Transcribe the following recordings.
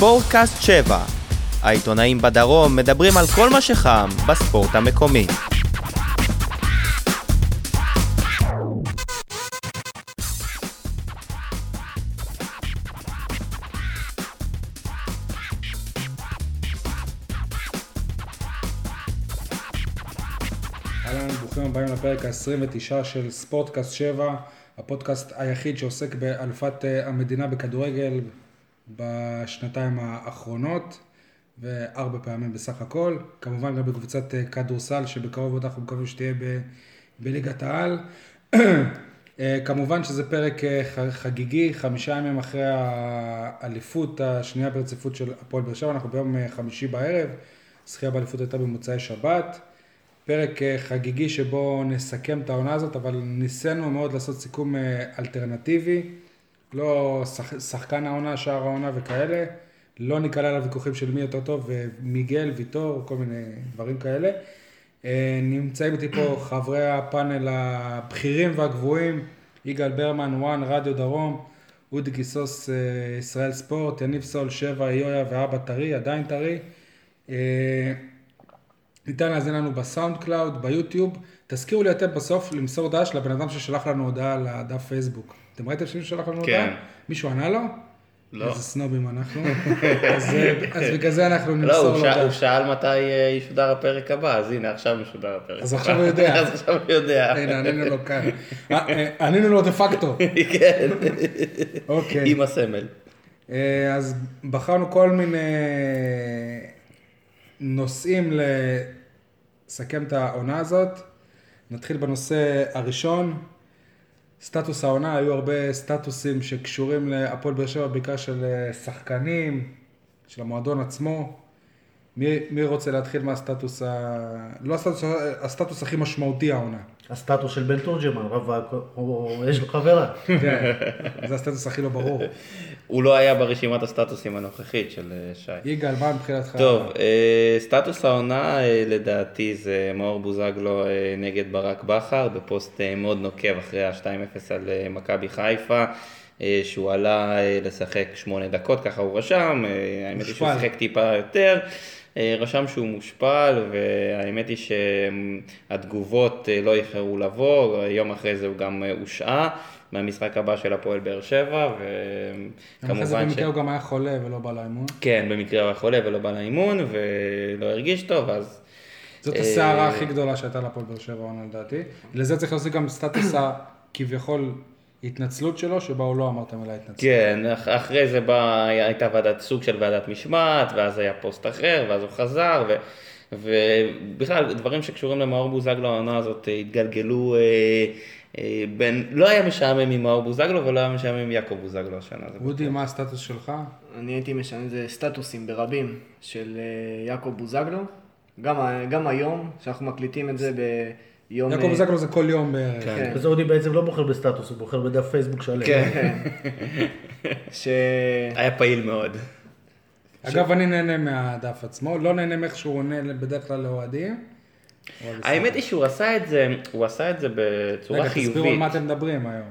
ספורטקאסט 7. העיתונאים בדרום מדברים על כל מה שחם בספורט המקומי. ברוכים הבאים לפרק ה-29 של ספורטקאסט 7, הפודקאסט היחיד שעוסק באלופת המדינה בכדורגל בשנתיים האחרונות, ו4 פעמים בסך הכל. כמובן גם בקבוצת כדורסל שבקרוב אנחנו מקווים שתהיה בליגת העל. כמובן שזה פרק חגיגי, 5 ימים אחרי האליפות השנייה ברציפות של הפועל באר שבע. אנחנו ביום חמישי בערב, זכייה באליפות הייתה במוצאי שבת. פרק חגיגי שבו נסכם את העונה הזאת, אבל ניסינו מאוד לעשות סיכום אלטרנטיבי, לא שחקן העונה, שער העונה וכאלה, לא ניקלה לוויכוחים של מי יותר טוב, ומיגל, ויטור, כל מיני דברים כאלה. נמצאים איתי פה חברי הפאנל הבכירים והגבוהים, יגאל ברמן, וואן, רדיו דרום, אודי גיסוס, ישראל ספורט, יניב סול, 7, יויה ואבא טרי, עדיין טרי. ניתן להזין לנו בסאונד קלאוד, ביוטיוב. תזכירו לי אתם בסוף למסור דש לבן אדם ששלח לנו הודעה לדף פייסבוק. אתם ראיתם שמישהו שלח לנו הודעה? כן. מישהו ענה לו? לא. איזה סנובים אנחנו. אז בגלל זה אנחנו נמסור לו דש. הוא שאל מתי ישודר הפרק הבא, אז הנה עכשיו משודר הפרק הבא. אז עכשיו הוא יודע. אז עכשיו הוא יודע. הנה, ענינו לו כאן. ענינו לו דה פקטו. כן. אוקיי. עם הסמל. אז בחרנו כל מיני נושאים לסכם את העונה הזאת. נתחיל בנושא הראשון, סטטוס העונה. היו הרבה סטטוסים שקשורים להפועל באר שבע, בעיקר של שחקנים, של המועדון עצמו. מי רוצה להתחיל מהסטטוס, לא הסטטוס הכי משמעותי העונה? הסטטוס של בן תורג'מן, יש לו חברה. כן, זה הסטטוס הכי לא ברור. הוא לא היה ברשימת הסטטוסים הנוכחית של שי. יגאל, מה מבחינתך? טוב, סטטוס העונה לדעתי זה מאור בוזגלו נגד ברק בכר, בפוסט מאוד נוקב אחרי ה-2-0 על מכבי חיפה, שהוא עלה לשחק 8 דקות, ככה הוא רשם, האמת היא שהוא שחק טיפה יותר, רשם שהוא מושפל, והאמת היא שהתגובות לא איחרו לבוא, יום אחרי זה הוא גם הושעה מהמשחק הבא של הפועל באר שבע, וכמובן אחרי זה במקרה הוא גם היה חולה ולא בא לאימון. כן, במקרה הוא היה חולה ולא בא לאימון, ולא הרגיש טוב, אז זאת הסערה הכי גדולה שהייתה לפועל באר שבע, לדעתי. לזה צריך לעשות גם סטטוס כביכול התנצלות שלו, שבה הוא לא אמר את המילה התנצלות. כן, אחרי זה הייתה סוג של ועדת משמעת, ואז היה פוסט אחר, ואז הוא חזר, ובכלל, דברים שקשורים למאור בוזגלו, העונה הזאת התגלגלו לא היה משעמם עם מאור בוזגלו, ולא היה משעמם עם יעקב בוזגלו השנה. אודי, מה הסטטוס שלך? אני הייתי משנה, זה סטטוסים ברבים של יעקב בוזגלו, גם היום, שאנחנו מקליטים את זה ביום... יעקב בוזגלו זה כל יום בערך. כן. וזה אודי בעצם לא בוחר בסטטוס, הוא בוחר בדף פייסבוק שלם. כן. היה פעיל מאוד. אגב, אני נהנה מהדף עצמו, לא נהנה מאיך שהוא עונה בדרך כלל לאוהדים. האמת היא שהוא עשה את זה בצורה חיובית. תסבירו על מה אתם מדברים היום.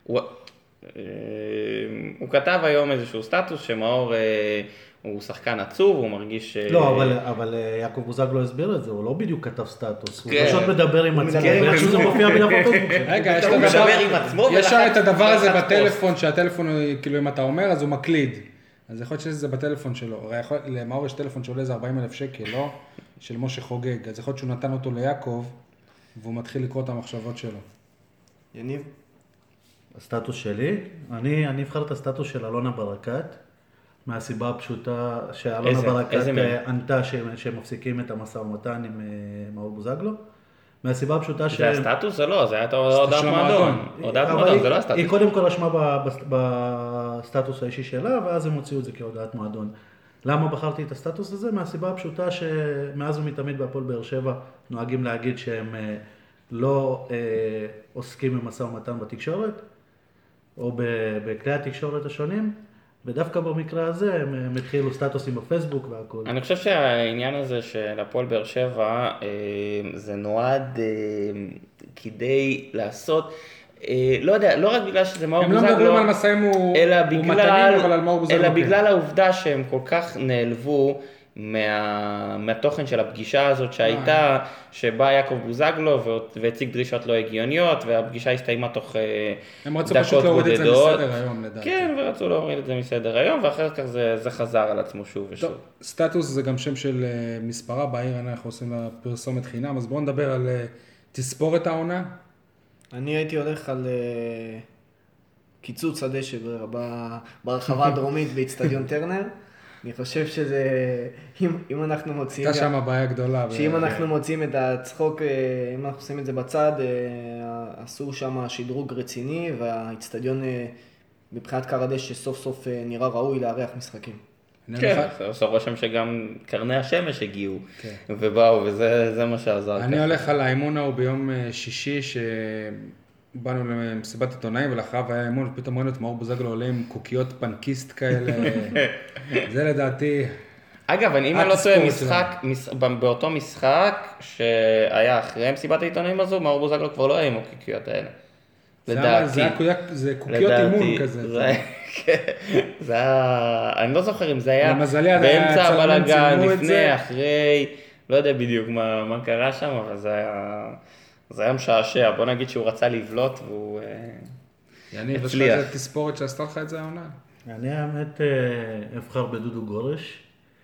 הוא כתב היום איזשהו סטטוס שמאור הוא שחקן עצוב, הוא מרגיש... לא, אבל יעקב בוזגלו הסביר את זה, הוא לא בדיוק כתב סטטוס, הוא פשוט מדבר עם עצמו, ואיך זה מופיע בדף הפייסבוק. רגע, יש שם את הדבר הזה בטלפון, שהטלפון, כאילו אם אתה אומר, אז הוא מקליד. אז יכול להיות שזה בטלפון שלו, למאור יש טלפון שעולה איזה 40,000 שקל, לא? של משה חוגג, אז יכול להיות שהוא נתן אותו ליעקב, והוא מתחיל לקרוא את המחשבות שלו. יניב? הסטטוס שלי, אני אבחר את הסטטוס של אלונה ברקת, מהסיבה הפשוטה שאלונה ברקת ענתה שהם מפסיקים את המשא ומתן עם מאור בוזגלו, מהסיבה הפשוטה זה הסטטוס? זה לא, זה היה הודעת מועדון. הודעת מועדון, זה לא הסטטוס. היא קודם כל רשמה בסטטוס האישי שלה, ואז הם הוציאו את זה כהודעת מועדון. למה בחרתי את הסטטוס הזה? מהסיבה הפשוטה שמאז ומתמיד בהפועל באר שבע נוהגים להגיד שהם לא עוסקים במשא ומתן בתקשורת, או בכלי התקשורת השונים, ודווקא במקרה הזה הם התחילו סטטוסים בפייסבוק והכל. אני חושב שהעניין הזה של הפועל באר שבע, זה נועד כדי לעשות, לא יודע, לא רק בגלל שזה מאור הם לא בוזגלו, מדברים על מסעים אלא ומתנים, אבל על מאור בוזגלו. אלא כן. בגלל העובדה שהם כל כך נעלבו מהתוכן של הפגישה הזאת שהייתה, שבה יעקב בוזגלו והציג דרישות לא הגיוניות, והפגישה הסתיימה תוך הם רצו דקות פשוט להוריד את זה בודדות. מסדר היום, לדעתי. כן, ורצו להוריד את זה מסדר היום, ואחר כך זה חזר על עצמו שוב ושוב. טוב, סטטוס זה גם שם של מספרה בעיר, אנחנו עושים לה פרסומת חינם, אז בואו נדבר על תספורת העונה. אני הייתי הולך על קיצוץ הדשא ברחבה הדרומית באצטדיון טרנר. אני חושב שזה, אם אנחנו מוצאים... הייתה שם הבעיה גדולה. שאם אנחנו מוצאים את הצחוק, אם אנחנו עושים את זה בצד, עשו שם שדרוג רציני, והאצטדיון מבחינת קר הדשא סוף סוף נראה ראוי לארח משחקים. כן, עושה רושם שגם קרני השמש הגיעו ובאו, וזה מה שעזר. אני הולך על האימון ההוא ביום שישי, שבאנו למסיבת עיתונאים ולאחריו היה אימון, ופתאום ראינו את מאור בוזגלו עולה עם קוקיות פנקיסט כאלה. זה לדעתי... אגב, אם אני לא טועה, באותו משחק שהיה אחרי מסיבת העיתונאים הזו, מאור בוזגלו כבר לא היה עם הקוקיות האלה. לדעתי. זה קוקיות אימון כזה. זה היה, אני לא זוכר אם זה היה באמצע הבלגן, לפני, אחרי, לא יודע בדיוק מה קרה שם, אבל זה היה משעשע. בוא נגיד שהוא רצה לבלוט והוא יניב, יש לך איזה תספורת שעשתה לך את זה העונה? אני האמת אבחר בדודו גורש.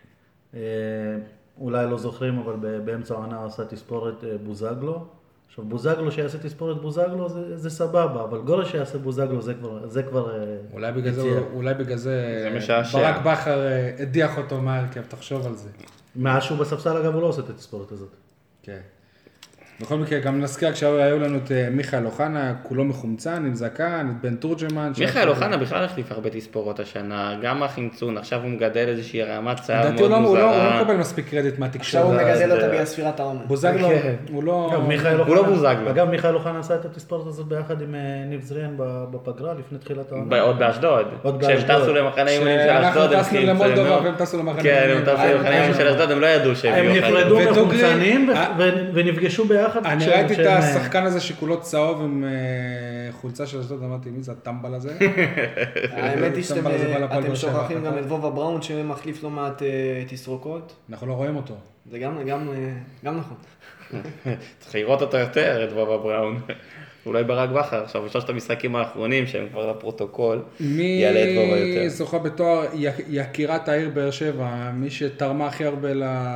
אולי לא זוכרים, אבל באמצע העונה עשה תספורת בוזגלו. עכשיו, בוזגלו שיעשה תספורת בוזגלו זה סבבה, אבל גורש שיעשה בוזגלו זה כבר אולי בגלל זה ברק בכר הדיח אותו מהרכב, תחשוב על זה. מאז שהוא בספסל, אגב, הוא לא עושה את התספורת הזאת. כן. בכל מקרה, גם נזכיר כשהיו לנו את מיכאל אוחנה, כולו מחומצן, עם זקן, את בן תורג'מן. מיכאל אוחנה בכלל החליף הרבה תספורות השנה, גם החמצון, עכשיו הוא מגדל איזושהי רמת שיער מאוד מוזרה. הוא לא מקבל מספיק קרדיט מהתקשורת. עכשיו הוא מגדל אותה בגלל ספירת העומר. בוזגלו, הוא לא בוזגלו. אגב, מיכאל אוחנה עשה את התספורת הזאת ביחד עם ניב זריאן בפגרה, לפני תחילת העונה. עוד באשדוד. כשהם טסו למחנה אימונים של אשדוד, אנחנו טסנו למולדובה והם טסו למחנה אימונים. כן, הם טסו למחנה אימונים של אשדוד, הם לא ידעו שהם הם נפרדו מחומצנים ונפגשו ביחד. אני ראיתי את השחקן הזה שכולו צהוב עם חולצה של אשדוד, אמרתי, מי זה הטמבל הזה? האמת היא שאתם שוכחים גם את וובה בראון שמחליף לא מעט תסרוקות. אנחנו לא רואים אותו. זה גם נכון. צריך לראות אותו יותר, את וובה בראון. אולי ברק בכר, עכשיו בשלושת המשחקים האחרונים שהם כבר לפרוטוקול, יעלה את וובה יותר. מי זוכה בתואר יקירת העיר באר שבע, מי שתרמה הכי הרבה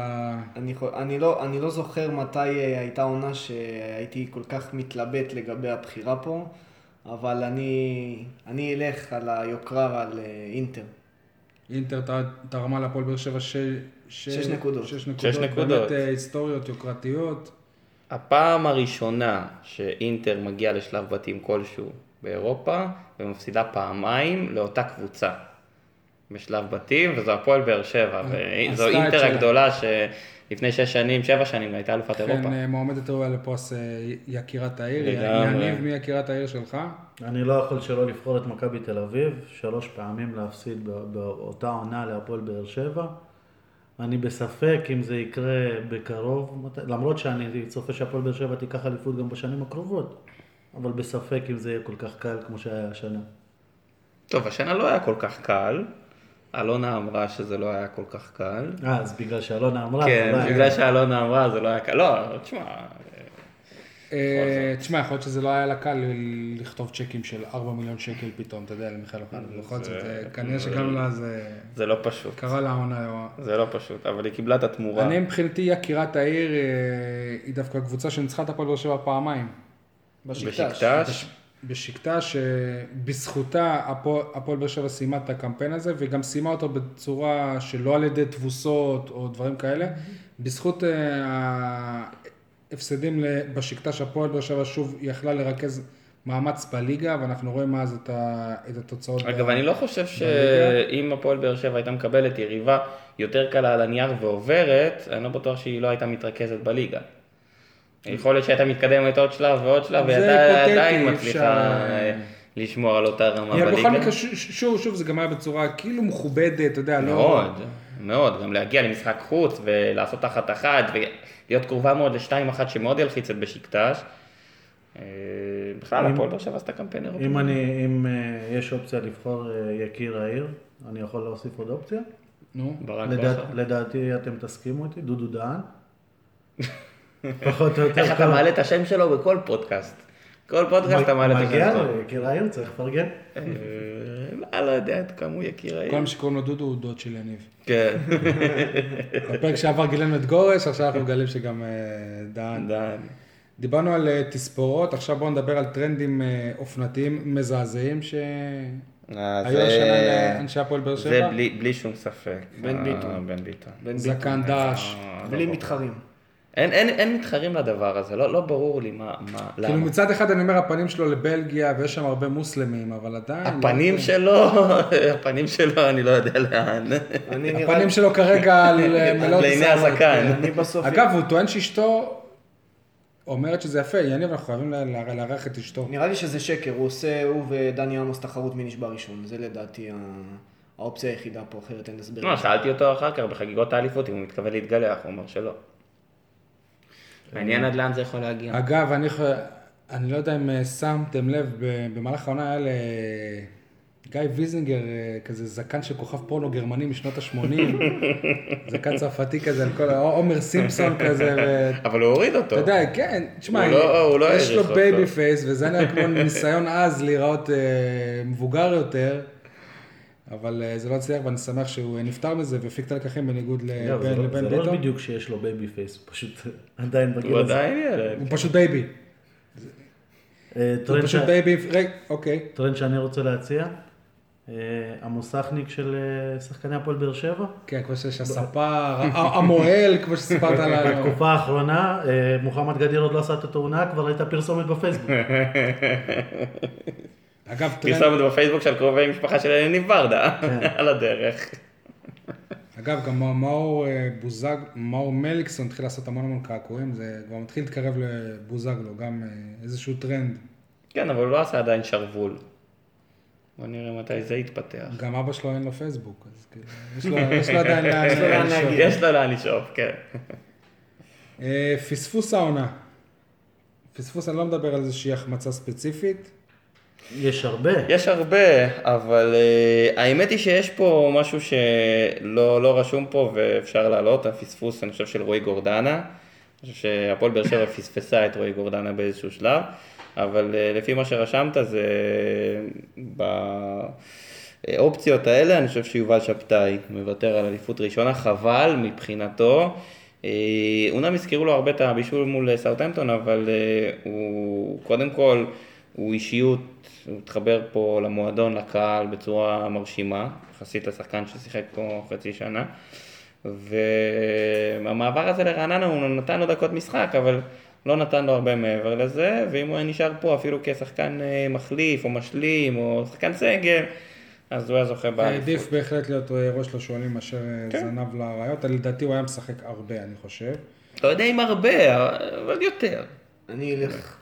אני לא זוכר מתי הייתה עונה שהייתי כל כך מתלבט לגבי הבחירה פה, אבל אני אלך על היוקרה ועל אינטר. אינטר תרמה להפועל באר שבע 6 נקודות. 6 נקודות. באמת היסטוריות, יוקרתיות. הפעם הראשונה שאינטר מגיע לשלב בתים כלשהו באירופה, ומפסידה פעמיים לאותה קבוצה בשלב בתים, וזו הפועל באר שבע, וזו אינטר הגדולה שלפני 7 שנים הייתה אלופת אירופה. כן, מועמדת ראויה לפרס יקירת העיר. יניב, מי יקירת העיר שלך? אני לא יכול שלא לבחור את מכבי תל אביב, 3 פעמים להפסיד באותה עונה להפועל באר שבע. אני בספק אם זה יקרה בקרוב, למרות שאני צופה שהפועל באר שבע תיקח אליפות גם בשנים הקרובות, אבל בספק אם זה יהיה כל כך קל כמו שהיה השנה. טוב, השנה לא היה כל כך קל. אלונה אמרה שזה לא היה כל כך קל. אז בגלל שאלונה אמרה. כן, בגלל שאלונה אמרה זה לא היה קל. לא, תשמע. תשמע, יכול להיות שזה לא היה לה קל לכתוב צ'קים של 4 מיליון שקל פתאום, אתה יודע, למיכאל אוחנה. בכל זאת, כנראה שגם לה זה לא פשוט. קרה לה העונה. זה לא פשוט, אבל היא קיבלה את התמורה. אני מבחינתי יקירת העיר, היא דווקא קבוצה שניצחה את הפועל באר שבע פעמיים. בשקטש. בשקטש, שבזכותה הפועל באר שבע סיימה את הקמפיין הזה, וגם סיימה אותו בצורה שלא על ידי תבוסות או דברים כאלה. בזכות הפסדים בשקטש, הפועל באר שבע שוב יכלה לרכז מאמץ בליגה, ואנחנו רואים אז את התוצאות. אגב, אני לא חושב שאם הפועל באר שבע הייתה מקבלת יריבה יותר קלה על הנייר ועוברת, אני לא בטוח שהיא לא הייתה מתרכזת בליגה. יכול להיות שהייתה מתקדמת עוד שלב ועוד שלב, והייתה עדיין מצליחה לשמור על אותה רמה בליגה. בכל מקרה, שוב, זה גם היה בצורה כאילו מכובדת, אתה יודע, לא... מאוד, מאוד, גם להגיע למשחק חוץ ולעשות 1-1, ולהיות קרובה מאוד ל2-1 שמאוד ילחיץ את בשקטש. בכלל, הפועל באר שבע עשתה קמפיין אירופי. אם יש אופציה לבחור יקיר העיר, אני יכול להוסיף עוד אופציה? נו. ברק בכר. לדעתי אתם תסכימו איתי, דודו דהן. פחות או יותר. איך אתה מעלה את השם שלו בכל פודקאסט? כל פודקאסט אתה מעלה את השם מגיע שלו. לו, יקיר העיר, צריך לפרגן. לא יודע עד כמה הוא יכיר העיר. כל מי שקוראים לו דודו הוא דוד של יניב. כן. בפרק שעבר גילינו את גורש, עכשיו אנחנו מגלים שגם דהן. דן. דיברנו על תספורות, עכשיו בואו נדבר על טרנדים אופנתיים מזעזעים שהיו השנה לאנשי הפועל באר שבע. זה בלי שום ספק. בן ביטון. בן ביטון. זקן דש. בלי מתחרים. אין מתחרים לדבר הזה, לא ברור לי מה, כאילו למה. מצד אחד אני אומר הפנים שלו לבלגיה ויש שם הרבה מוסלמים, אבל עדיין... הפנים שלו, אני לא יודע לאן. הפנים שלו כרגע על מלאות לעיני הזקן. אני בסוף... אגב, הוא טוען שאשתו אומרת שזה יפה, יניב, אנחנו חייבים לארח את אשתו. נראה לי שזה שקר, הוא ודני עמוס תחרות מי נשבע ראשון, זה לדעתי האופציה היחידה פה, אחרת אין הסבר. לא, שאלתי אותו אחר כך בחגיגות האליפות, אם הוא מתכוון להתגלח, הוא אומר שלא. מעניין עד לאן זה יכול להגיע. אגב, אני לא יודע אם שמתם לב, במהלך העונה היה גיא ויזינגר, כזה זקן של כוכב פורנו גרמני משנות ה-80, זקן צרפתי כזה, על כל, עומר סימפסון כזה. אבל הוא הוריד אותו. אתה יודע, כן, תשמע, הוא לא יש לו העריך אותו. בייבי פייס, וזה נראה כמו ניסיון אז להיראות מבוגר יותר, אבל זה לא הצליח, ואני שמח שהוא נפטר מזה, והפיק את הלקחים בניגוד לבן ביטון. זה לא בדיוק שיש לו בייבי פייס, הוא פשוט עדיין בגיל הוא הזה. עדיין ילד. הוא פשוט בייבי. הוא פשוט בייבי, אוקיי. טרנד שאני רוצה להציע, המוסכניק של שחקני הפועל באר שבע. כן, כמו שיש הספר, המוהל, כמו שסיפרת עליו. בתקופה האחרונה, מוחמד גדיר עוד לא עשה את התאונה, כבר הייתה פרסומת בפייסבוק. אגב, טרנד, פרסומת בפייסבוק של קרובי משפחה של יניב ברדה, על הדרך. אגב, גם מאור מליקסון התחיל לעשות המון קעקועים, זה כבר מתחיל להתקרב לבוזגלו, גם איזשהו טרנד. כן, אבל הוא לא עשה עדיין שרוול. בוא נראה מתי זה יתפתח. גם אבא שלו אין לו פייסבוק, אז כאילו, יש לו עדיין לאן לשאוף. יש לו לאן לשאוף, כן. פספוס העונה. פספוס, אני לא מדבר על איזושהי החמצה ספציפית. יש הרבה. יש הרבה, אבל האמת היא שיש פה משהו שלא רשום פה ואפשר להעלות, הפספוס, אני חושב, של רועי גורדנה. אני חושב שהפועל באר שבע פספסה את רועי גורדנה באיזשהו שלב, אבל לפי מה שרשמת זה באופציות האלה, אני חושב שיובל שבתאי מוותר על אליפות ראשונה, חבל מבחינתו. אומנם הזכירו לו הרבה את הבישול מול סאות'המפטון, אבל הוא קודם כל, הוא אישיות, הוא התחבר פה למועדון, לקהל בצורה מרשימה, יחסית לשחקן ששיחק פה חצי שנה, והמעבר הזה לרעננה הוא נתן לו דקות משחק, אבל לא נתן לו הרבה מעבר לזה, ואם הוא נשאר פה אפילו כשחקן מחליף או משלים או שחקן סגל, אז הוא היה זוכה באליפות. עדיף בהחלט להיות ראש לשועלים מאשר זנב לראיות, לדעתי הוא היה משחק הרבה, אני חושב. לא יודע אם הרבה, אבל יותר. אני אלך...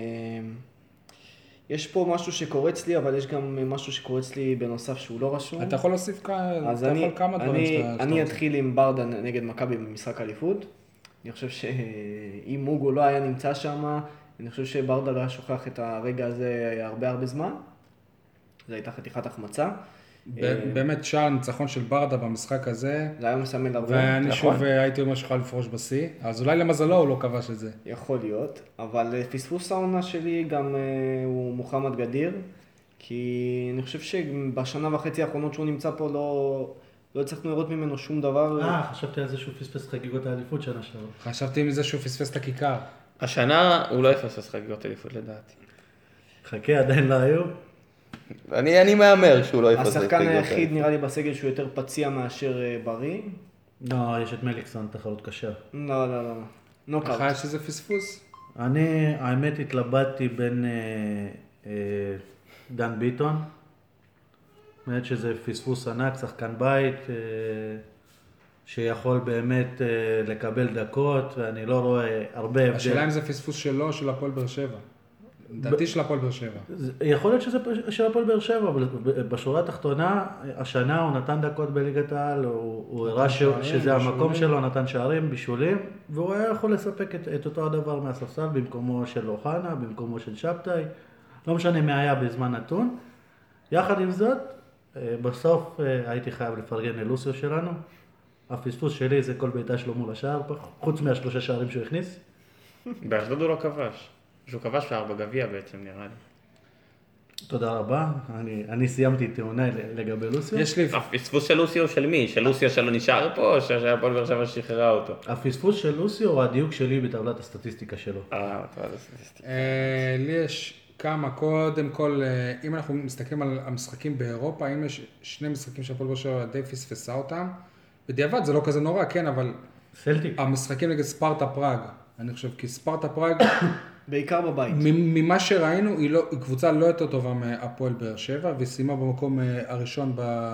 יש פה משהו שקורץ לי, אבל יש גם משהו שקורץ לי בנוסף שהוא לא רשום. אתה יכול להוסיף כמה דברים שאתה... אני אתחיל עם ברדה נגד מכבי במשחק אליפות. אני חושב שאם מוגו לא היה נמצא שם, אני חושב שברדה לא היה שוכח את הרגע הזה הרבה זמן. זו הייתה חתיכת החמצה. באמת שער ניצחון של ברדה במשחק הזה. זה היה מסמל הרבה. ואני שוב הייתי אומר שיכול לפרוש בשיא, אז אולי למזלו הוא לא כבש את זה. יכול להיות, אבל פספוס העונה שלי גם הוא מוחמד גדיר, כי אני חושב שבשנה וחצי האחרונות שהוא נמצא פה לא הצלחנו לראות ממנו שום דבר. חשבתי על זה שהוא פספס חגיגות האליפות שנה שעברה. חשבתי מזה שהוא פספס את הכיכר. השנה הוא לא יפספס חגיגות אליפות לדעתי. חכה, עדיין לא היו. אני מאמר שהוא לא יפספס חגיגות. השחקן היחיד נראה לי בסגל שהוא יותר פציע מאשר בריא. לא, יש את מליקסון, תחרות קשה. לא. נוקאוט. לך יש איזה פספוס? אני, האמת, התלבטתי בין דן ביטון. באמת שזה פספוס ענק, שחקן בית, שיכול באמת לקבל דקות, ואני לא רואה הרבה הבדל. השאלה אם זה פספוס שלו או של הפועל באר שבע. לדעתי של הפועל באר שבע. יכול להיות שזה של הפועל באר שבע, אבל בשורה התחתונה, השנה הוא נתן דקות בליגת העל, הוא הראה שזה המקום שלו, נתן שערים, בישולים, והוא היה יכול לספק את אותו הדבר מהספסל במקומו של אוחנה, במקומו של שבתאי, לא משנה מה היה בזמן נתון. יחד עם זאת, בסוף הייתי חייב לפרגן ללוסיו שלנו. הפספוס שלי זה כל בעיטה שלו מול השער, חוץ מה3 שערים שהוא הכניס. באשדוד הוא לא כבש. שהוא כבש שער בגביע בעצם, נראה לי. תודה רבה, אני סיימתי טיעוני לגבי לוסיו. יש לי... הפספוס של לוסיו של מי? של לוסיו שלו נשאר פה, או שהפועל באר שבע שחררה אותו? הפספוס של לוסיו הוא הדיוק שלי בטבלת הסטטיסטיקה שלו. טבלת הסטטיסטיקה. לי יש כמה, קודם כל, אם אנחנו מסתכלים על המשחקים באירופה, אם יש 2 משחקים שהפועל באר שבע די פספסה אותם, בדיעבד זה לא כזה נורא, כן, אבל... סלטיק. המשחקים נגד ספרטה פראג, אני חושב, כי ספרטה פראג... בעיקר בבית. ממה שראינו, היא קבוצה לא יותר טובה מהפועל באר שבע, והיא סיימה במקום הראשון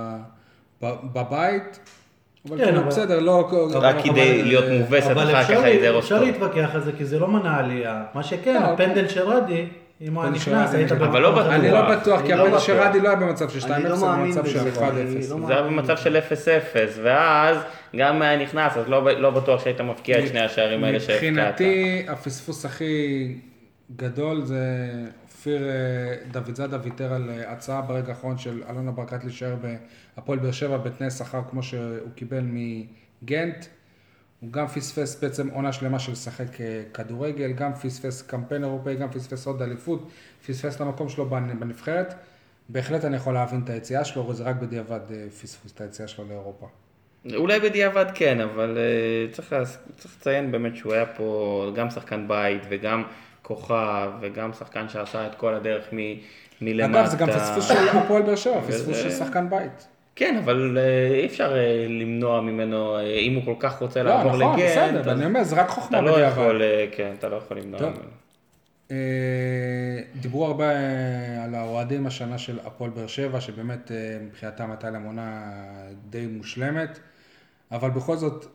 בבית. אבל כן, כאילו אבל... בסדר, לא... רק כדי להיות מובסת אחר כך על ידי רוסטוב. אפשר להתווכח על זה, כי זה לא מנע עלייה. מה שכן, הפנדל של רדי, אם הוא היה נכנס, היית אבל לא בטוח. אני לא בטוח, כי הפנדל של רדי לא היה במצב של 2-0, אני לא מאמין במצב של 1-0. זה היה במצב של 0-0, ואז גם היה נכנס, אז לא בטוח שהיית מפקיע את 2 השערים האלה שהפקעת. מבחינתי, הפספוס הכי גדול זה אופיר דוידזאדה ויתר על הצעה ברגע האחרון של אלונה ברקת להישאר בהפועל באר שבע בתנאי שכר כמו שהוא קיבל מגנט. הוא גם פספס בעצם עונה שלמה של לשחק כדורגל, גם פספס קמפיין אירופאי, גם פספס עוד אליפות, פספס את המקום שלו בנבחרת. בהחלט אני יכול להבין את היציאה שלו, וזה רק בדיעבד פספוס את היציאה שלו לאירופה. אולי בדיעבד כן, אבל צריך לציין באמת שהוא היה פה גם שחקן בית וגם כוכב, וגם שחקן שעשה את כל הדרך מלמטה. אגב, זה גם פספוס של הפועל באר שבע, פספוס של שחקן בית. כן, אבל אי אפשר למנוע ממנו, אם הוא כל כך רוצה לעבור לגן. לא, נכון, בסדר, אני אומר, זה רק חוכמה בדיעבד. כן, אתה לא יכול למנוע ממנו. דיברו הרבה על האוהדים השנה של הפועל באר שבע, שבאמת מבחינתם הייתה להם עונה די מושלמת, אבל בכל זאת,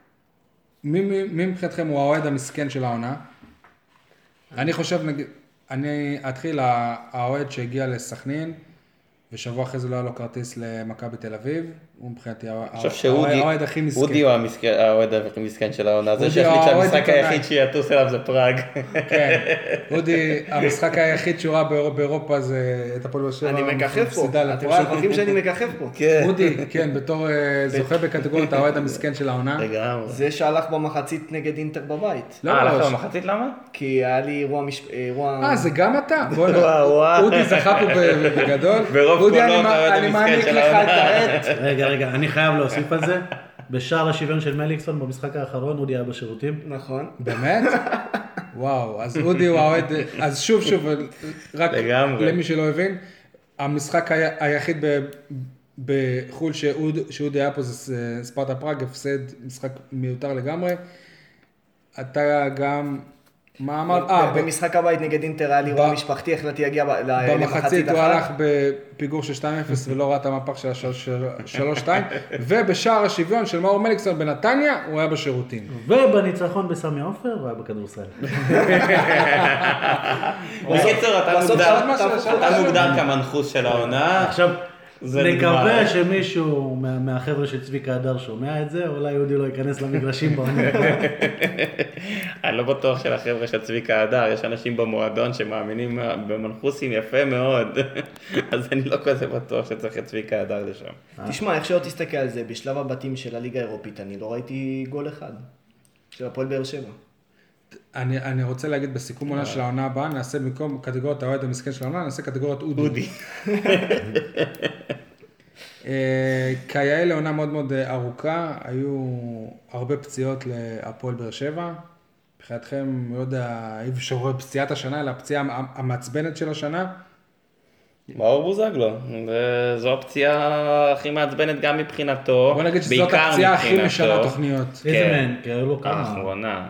מי מבחינתכם הוא האוהד המסכן של העונה? אני חושב, אני אתחיל האוהד שהגיע לסכנין, ושבוע אחרי זה לא היה לו כרטיס למכבי תל אביב, הוא מבחינתי האוהד הכי מסכן. אודי הוא האוהד הכי מסכן של העונה, זה שהחליט שהמשחק היחיד שיטוס אליו זה פראג. כן, אודי, המשחק היחיד שהוא ראה באירופה זה את הפועל באר שבע. אני מככב פה, אתם שוכחים שאני מככב פה. אודי, כן, בתור זוכה בקטגוריית האוהד המסכן של העונה. לגמרי. זה שהלך במחצית נגד אינטר בבית. הלך במחצית למה? כי היה לי אירוע... זה גם אתה? אודי זכה פה בגדול. אודי, אני מעניק לך את העט. רגע, אני חייב להוסיף על זה. בשער השוויון של מליקסון במשחק האחרון, אודי היה בשירותים. נכון. באמת? וואו, אז אודי הוא האוהד, אז שוב, רק למי שלא הבין, המשחק היחיד בחול שאודי היה פה זה ספרטה פראג, הפסד משחק מיותר לגמרי. אתה גם... מה אמרת? במשחק הבית נגד אינטר היה לי אירוע משפחתי, החלטתי להגיע למחצית אחת. במחצית הוא הלך בפיגור של 2-0 ולא ראה את המהפך של 3-2, ובשער השוויון של מאור מליקסון בנתניה הוא היה בשירותים. ובניצחון בסמי עופר הוא היה בכדורסל. בקיצור, אתה מוגדר כמנחוס של העונה. עכשיו, נקווה שמישהו מהחבר'ה של צביקה הדר שומע את זה, אולי יהודי לא ייכנס למגרשים בעונה. אני לא בטוח של החבר'ה של צביקה הדר, יש אנשים במועדון שמאמינים במנחוסים יפה מאוד, אז אני לא כזה בטוח שצריך את צביקה הדר לשם. תשמע, איך שלא תסתכל על זה, בשלב הבתים של הליגה האירופית, אני לא ראיתי גול אחד של הפועל באר שבע. אני רוצה להגיד בסיכום עונה של העונה הבאה, נעשה במקום קטגוריית האוהד המסכן של העונה, נעשה קטגוריית אודי. כיאה לעונה מאוד מאוד ארוכה, היו הרבה פציעות להפועל באר שבע. מבחינתכם, לא יודע, היו שרואה פציעת השנה, אלא הפציעה המעצבנת של השנה. מאור בוזגלו, זו הפציעה הכי מעצבנת גם מבחינתו, בוא נגיד שזאת הפציעה הכי משנה תוכניות. איזה מהן? כי היו לו כמה. האחרונה.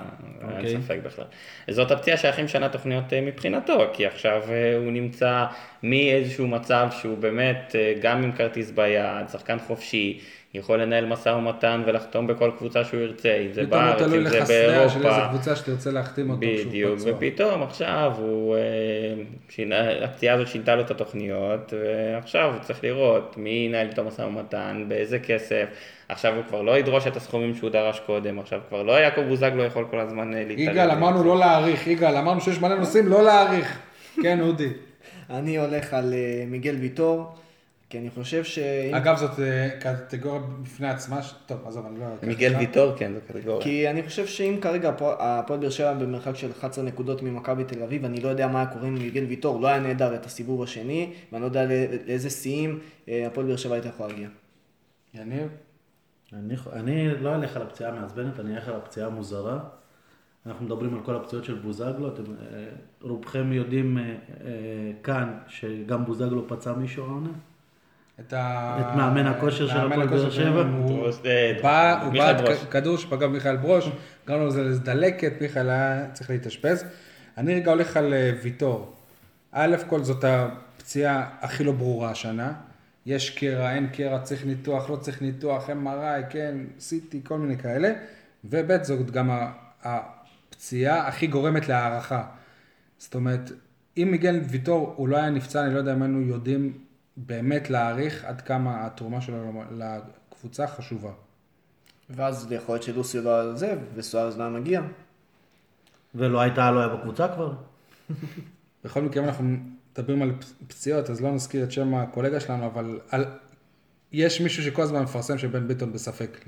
אין ספק בכלל. זאת הפציעה שהכי משנה תוכניות מבחינתו, כי עכשיו הוא נמצא מאיזשהו מצב שהוא באמת, גם עם כרטיס ביד, שחקן חופשי, יכול לנהל משא ומתן ולחתום בכל קבוצה שהוא ירצה, אם זה בארץ, אם זה באירופה. של איזה קבוצה שתרצה להחתים אותו כשהוא בדיוק, פצוע. ופתאום עכשיו הפציעה הזאת שינתה לו את התוכניות, ועכשיו הוא צריך לראות מי ינהל איתו משא ומתן, באיזה כסף, עכשיו הוא כבר לא ידרוש את הסכומים שהוא דרש קודם, עכשיו כבר לא יעקב בוזגלו יכול כל הזמן להתערב. יגאל, אמרנו לא להאריך, יגאל, אמרנו שיש מלא נושאים, לא להאריך. כן, אודי. אני הולך על מיגל ויטור, כי אני חושב ש... אגב, זאת קטגוריה בפני עצמה, טוב, עזוב, אני לא... מיגל ויטור, כן, זו קטגוריה. כי אני חושב שאם כרגע הפועל באר שבע במרחק של 11 נקודות ממכבי תל אביב, אני לא יודע מה היה קורה עם מיגל ויטור, לא היה נהדר את הסיבוב השני, ואני לא יודע לאיזה שיאים הפועל באר שבע הייתה יכולה להגיע. יניב? אני לא אלך על הפציעה המעצבנת, אני אלך על הפציעה המוזרה. אנחנו מדברים על כל הפציעות של בוזגלו, רובכם יודעים כאן שגם בוזגלו פצע מישהו העונה? את מאמן הכושר של הפועל באר שבע? הוא בעט כדור שפגע מיכאל ברוש, גרם לו לזה דלקת, מיכאל היה צריך להתאשפז. אני רגע הולך על ויטור. א' כל זאת הפציעה הכי לא ברורה השנה. יש קרע, אין קרע, צריך ניתוח, לא צריך ניתוח, MRI, כן, CT, כל מיני כאלה. וב' זאת גם הפציעה הכי גורמת להערכה. זאת אומרת, אם מיגל ויטור הוא לא היה נפצע, אני לא יודע אם היינו יודעים באמת להעריך עד כמה התרומה שלו לקבוצה חשובה. ואז יכול להיות שלוסיו לא על זה, וסוארז לא מגיע. ולא היה בקבוצה כבר? בכל מקרה, אם אנחנו מדברים על פציעות, אז לא נזכיר את שם הקולגה שלנו, אבל יש מישהו שכל הזמן מפרסם שבן ביטון בספק,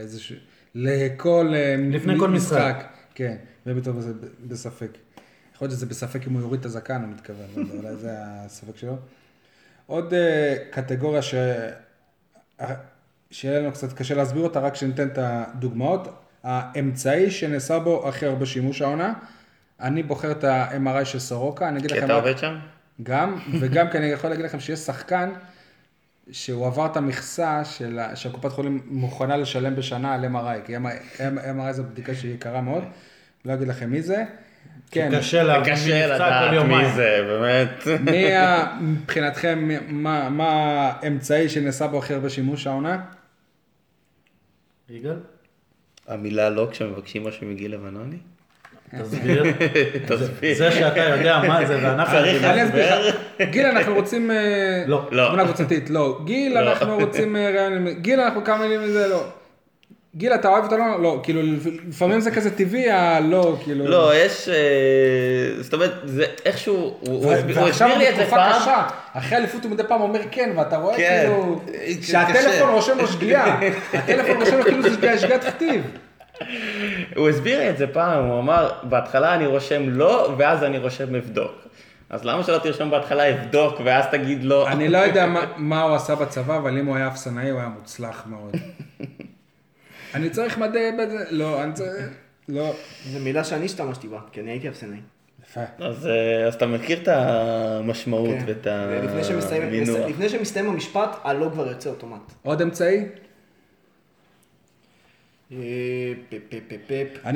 לפני כל משחק. כן, בן ביטון בספק. יכול להיות שזה בספק אם הוא יוריד את הזקן, הוא מתכוון, אולי זה הספק שלו. עוד קטגוריה שיהיה לנו קצת קשה להסביר אותה, רק שניתן את הדוגמאות. האמצעי שנעשה בו הכי הרבה שימוש העונה, אני בוחר את ה-MRI של סורוקה. כי אתה עובד שם? גם, וגם כי אני יכול להגיד לכם שיש שחקן שהוא עבר את המכסה שהקופת חולים מוכנה לשלם בשנה על MRI, כי MRI זו בדיקה שהיא יקרה מאוד, לא אגיד לכם מי זה. כן, קשה לדעת מי זה, באמת. מבחינתכם, מה האמצעי שנעשה בו הכי הרבה שימוש העונה? יגאל? המילה לא כשמבקשים משהו מגיל לבנוני? תסביר. זה שאתה יודע מה זה ואנחנו... אני אסביר לך. גיל, אנחנו רוצים... לא. תמונה קבוצתית, לא. גיל, אנחנו רוצים... גיל, אנחנו כמה מילים מזה, לא. גיל, אתה אוהב אותו לא? לא, כאילו, לפעמים זה כזה טבעי, לא, כאילו... לא, יש... זאת אומרת, זה איכשהו... הוא הסביר לי את זה פעם. קשה. אחרי אליפות הוא מדי פעם אומר כן, ואתה רואה כאילו... שהטלפון רושם לו שגיאה. הטלפון רושם לו כאילו זה שגיאת כתיב. הוא הסביר לי את זה פעם, הוא אמר, בהתחלה אני רושם לא, ואז אני רושם אבדוק. אז למה שלא תרשום בהתחלה אבדוק, ואז תגיד לא? אני לא יודע מה הוא עשה בצבא, אבל אם הוא היה אפסנאי, הוא היה מוצלח מאוד. אני צריך מדעי בזה, לא, אני צריך, לא. זו מילה שאני השתמשתי בה, כי אני הייתי אפסנאי. יפה. אז אתה מכיר את המשמעות ואת המינוח. לפני שמסתיים המשפט, הלא כבר יוצא אוטומט. עוד אמצעי? אני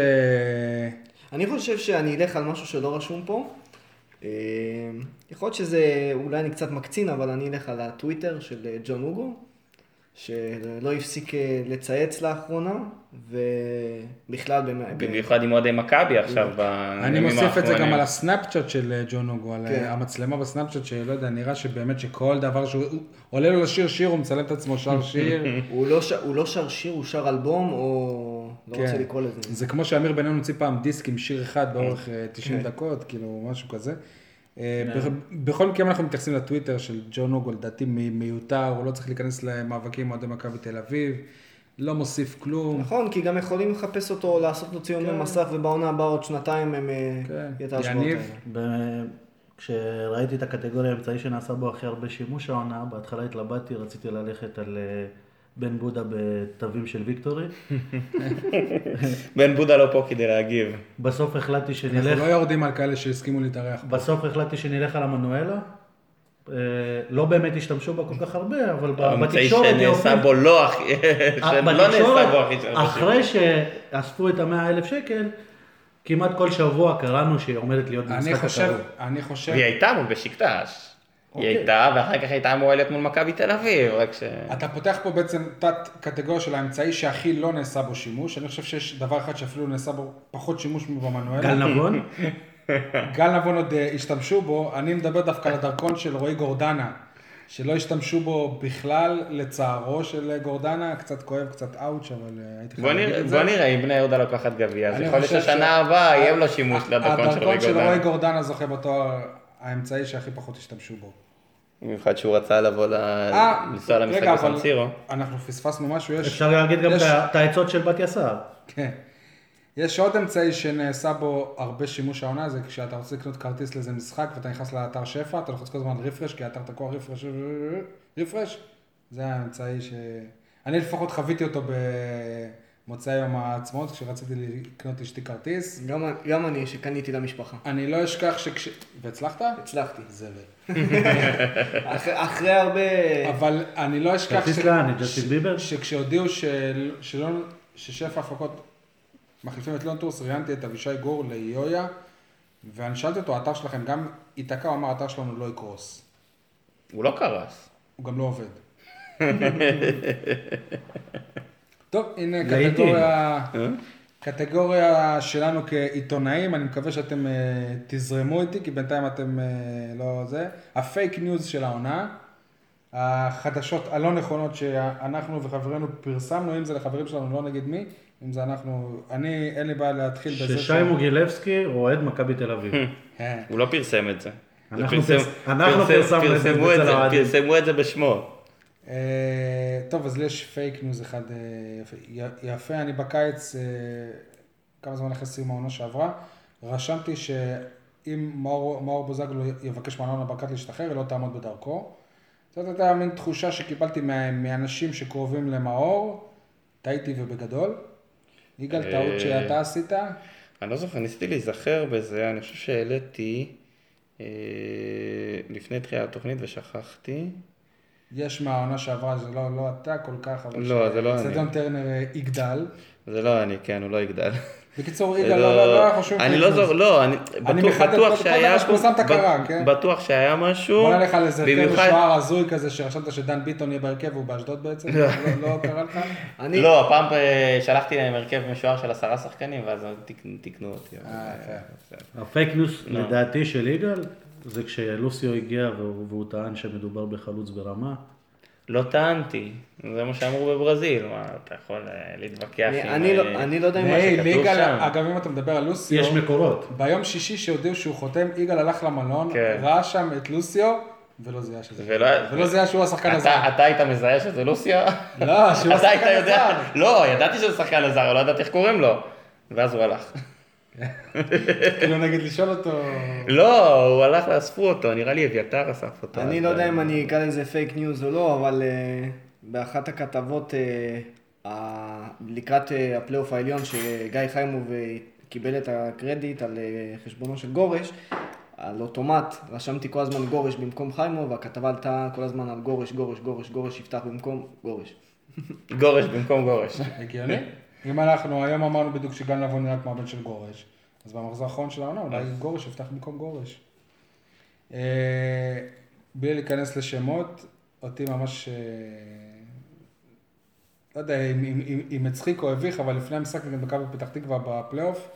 חושב שאני אלך על משהו שלא רשום פה. יכול להיות שזה, אולי אני קצת מקצין, אבל אני אלך על הטוויטר של ג'ון אוגו, שלא הפסיק לצייץ לאחרונה, ובכלל... במיוחד עם אוהדי מכבי עכשיו. אני מוסיף את זה גם על הסנאפצ'אט של ג'ון אוגו, על המצלמה בסנאפצ'אט, שלא יודע, נראה שבאמת שכל דבר שהוא עולה לו לשיר שיר, הוא מצלם את עצמו שר שיר. הוא לא שר שיר, הוא שר אלבום, או לא רוצה לקרוא לזה. זה כמו שאמיר בניון הוציא פעם דיסק עם שיר אחד באורך 90 דקות, כאילו משהו כזה. בכל מקרה אנחנו מתייחסים לטוויטר של ג'ון אוגו, לדעתי מיותר, הוא לא צריך להיכנס למאבקים עם אוהדי מכבי תל אביב, לא מוסיף כלום. נכון, כי גם יכולים לחפש אותו, לעשות לו ציון במסך, ובעונה הבאה עוד שנתיים הם יהיה את ההשוואות האלה. כשראיתי את הקטגוריה האמצעי שנעשה בו הכי הרבה שימוש העונה, בהתחלה התלבטתי, רציתי ללכת על בן בודה בתווים של ויקטורי. בן בודה לא פה כדי להגיב. בסוף החלטתי שנלך... אנחנו לא יורדים על כאלה שהסכימו להתארח. בסוף החלטתי שנלך על המנואלה. לא באמת השתמשו בה כל כך הרבה, אבל בתקשורת... האמצעי שנעשה בו לא הכי... אחרי שאספו את ה100,000 שקל, כמעט כל שבוע קראנו שהיא עומדת להיות במשחק הקרוב. אני חושב... והיא הייתה מול בשיקטש. היא אוקיי. הייתה, ואחר כך הייתה אמורה להיות מול מכבי תל אביב, רק ש... אתה פותח פה בעצם תת קטגוריה של האמצעי שהכי לא נעשה בו שימוש. אני חושב שיש דבר אחד שאפילו נעשה בו פחות שימוש מבמנואל. גל נבון? גל נבון עוד השתמשו בו. אני מדבר דווקא על הדרכון של רועי גורדנה, שלא השתמשו בו בכלל לצערו של גורדנה. קצת כואב, קצת אאוץ', אבל הייתי חייב להגיד את זה. בוא נראה אם בני יהודה לוקחת גביע, אז אני יכול להיות חושב ששנה הבאה יהיה לו שימוש לדרכון של רועי הדרכון של רועי גורדנה. גורדנה זוכה בתואר האמצעי שהכי פחות השתמשו בו. במיוחד שהוא רצה לבוא לנסוע למשחק רגע, אבל בסנסירו. אנחנו פספסנו משהו. אפשר להגיד גם את העצות של בת יסר. כן. יש עוד אמצעי שנעשה בו הרבה שימוש העונה, זה כשאתה רוצה לקנות כרטיס לאיזה משחק ואתה נכנס לאתר שפע, אתה לוחץ כל הזמן רפרש, כי האתר תקוע רפרש. זה האמצעי אני לפחות חוויתי אותו במוצאי יום העצמאות, כשרציתי לקנות לאשתי כרטיס. גם אני, שקניתי למשפחה. אני לא אשכח והצלחת? הצלחתי. זבל. אחרי הרבה... אבל אני לא אשכח כרטיס לאן, ג'סטין ביבר? שכשהודיעו ששפע הפקות מחליפים את לונטורס, ראיינתי את אבישי גור ליויה, ואני שאלתי אותו, האתר שלכם גם ייתקע, הוא אמר, האתר שלנו לא יקרוס. הוא לא קרס. הוא גם לא עובד. טוב, הנה קטגוריה שלנו כעיתונאים, אני מקווה שאתם תזרמו איתי, כי בינתיים אתם לא זה. הפייק ניוז של העונה, החדשות הלא נכונות שאנחנו וחברינו פרסמנו, אם זה לחברים שלנו, לא נגיד מי, אם זה אנחנו, אין לי בעיה להתחיל בזה. ששי מוגילבסקי אוהד מכבי תל אביב. הוא לא פרסם את זה. אנחנו פרסמנו את זה אצל האוהדים. פרסמו את זה בשמו. טוב, אז יש פייק ניוז אחד יפה. אני בקיץ, כמה זמן אחרי סיום העונה שעברה, רשמתי שאם מאור בוזגלו יבקש מהעונה ברקת להשתחרר, היא לא תעמוד בדרכו. זאת הייתה מין תחושה שקיבלתי מאנשים שקרובים למאור, טעיתי ובגדול. יגאל, טעות שאתה עשית? אני לא זוכר, ניסיתי להיזכר בזה, אני חושב שהעליתי לפני תחילת התוכנית ושכחתי. יש מהעונה שעברה, זה לא אתה כל כך, אבל לא, זה לא אני. סדון טרנר יגדל. זה לא אני, כן, הוא לא יגדל. בקיצור, יגאל לא היה חשוב. אני לא זוכר, לא, אני בטוח שהיה בטוח שהיה משהו. בוא נלך על איזה תר משוער הזוי כזה, שרשמת שדן ביטון יהיה בהרכב, הוא באשדוד בעצם, לא קרה לך? לא, הפעם שלחתי להם הרכב משוער של 10 שחקנים, ואז תקנו אותי. הפייק ניוס לדעתי של יגאל, זה כשלוסיו הגיע והוא טען שמדובר בחלוץ ברמה. לא טענתי, זה מה שאמרו בברזיל, מה, אתה יכול להתווכח עם אני לא יודע מה שכתוב שם. אגב, אם אתה מדבר על לוסיו, יש מקורות. ביום שישי שהודיעו שהוא חותם, יגאל הלך למלון, ראה שם את לוסיו, ולא זיהה שזה. ולא זיהה שהוא השחקן הזר. אתה היית מזהה שזה לוסיו? לא, שהוא השחקן הזר. לא, ידעתי שזה שחקן הזר, אבל לא ידעתי איך קוראים לו. ואז הוא הלך. כאילו נגיד לשאול אותו... לא, הוא הלך לאספו אותו, נראה לי אביתר אסף אותו. אני לא יודע אם אני אקרא לזה פייק ניוז או לא, אבל באחת הכתבות לקראת הפלייאוף העליון, שגיא חיימוב קיבל את הקרדיט על חשבונו של גורש, על אוטומט רשמתי כל הזמן גורש במקום חיימוב, והכתבה עלתה כל הזמן על גורש, גורש, גורש, גורש יפתח במקום גורש. גורש במקום גורש. הגיוני? אם אנחנו היום אמרנו בדיוק שגל נבון נראה כמו הבן של גורש, אז במחזור האחרון של העונה אולי גורש יפתח במקום גורש. בלי להיכנס לשמות, אותי ממש, לא יודע אם הצחיק או הביך, אבל לפני המשחק נגד מכבי פתח תקווה בפלייאוף,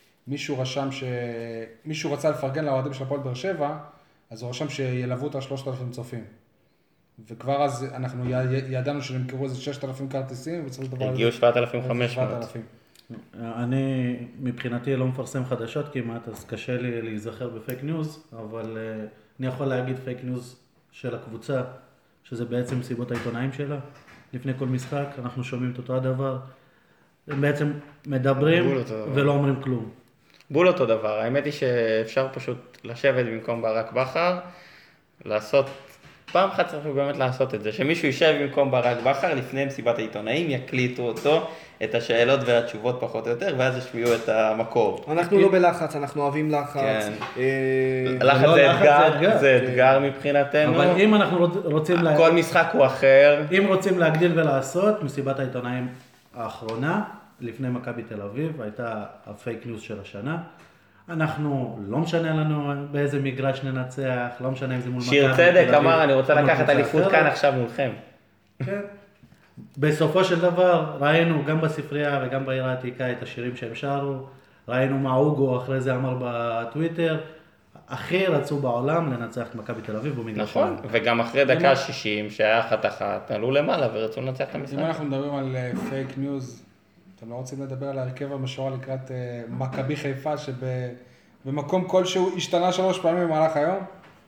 מישהו רצה לפרגן לאוהדים של הפועל באר שבע, אז הוא רשם שילוו אותה 3,000 צופים. וכבר אז אנחנו ידענו שנמכרו איזה 6,000 כרטיסים, וצריך לדבר... הגיעו 7,500. אני מבחינתי לא מפרסם חדשות כמעט, אז קשה לי להיזכר בפייק ניוז, אבל אני יכול להגיד פייק ניוז של הקבוצה, שזה בעצם סיבות העיתונאים שלה. לפני כל משחק אנחנו שומעים את אותו הדבר, הם בעצם מדברים ולא אומרים כלום. בול אותו דבר, האמת היא שאפשר פשוט לשבת במקום ברק בכר, לעשות... פעם אחת צריך באמת לעשות את זה, שמישהו יישב במקום ברק בכר לפני מסיבת העיתונאים, יקליטו אותו, את השאלות והתשובות פחות או יותר, ואז ישמיעו את המקור. אנחנו לא בלחץ, אנחנו אוהבים לחץ. לחץ זה אתגר מבחינתנו. אבל אם אנחנו רוצים... כל משחק הוא אחר. אם רוצים להגדיל ולעשות, מסיבת העיתונאים האחרונה, לפני מכבי תל אביב, הייתה הפייק ניוז של השנה. אנחנו, לא משנה לנו באיזה מגרש ננצח, לא משנה אם זה מול מכבי תל שיר אביב. צדק אמר, אני רוצה או לקחת קבוצה אליפות אחרת. כאן עכשיו מולכם. כן. בסופו של דבר ראינו גם בספרייה וגם בעיר העתיקה את השירים שהם שרו, ראינו מה אוגו אחרי זה אמר בטוויטר, הכי רצו בעולם לנצח את מכבי תל אביב במגרש. נכון, וגם אחרי דקה 60 שהיה אחת, עלו למעלה ורצו לנצח את המשחק. אם אנחנו מדברים על פייק ניוז, אתם לא רוצים לדבר על ההרכב המשוער לקראת מכבי חיפה, שבמקום כלשהו השתנה 3 פעמים במהלך היום?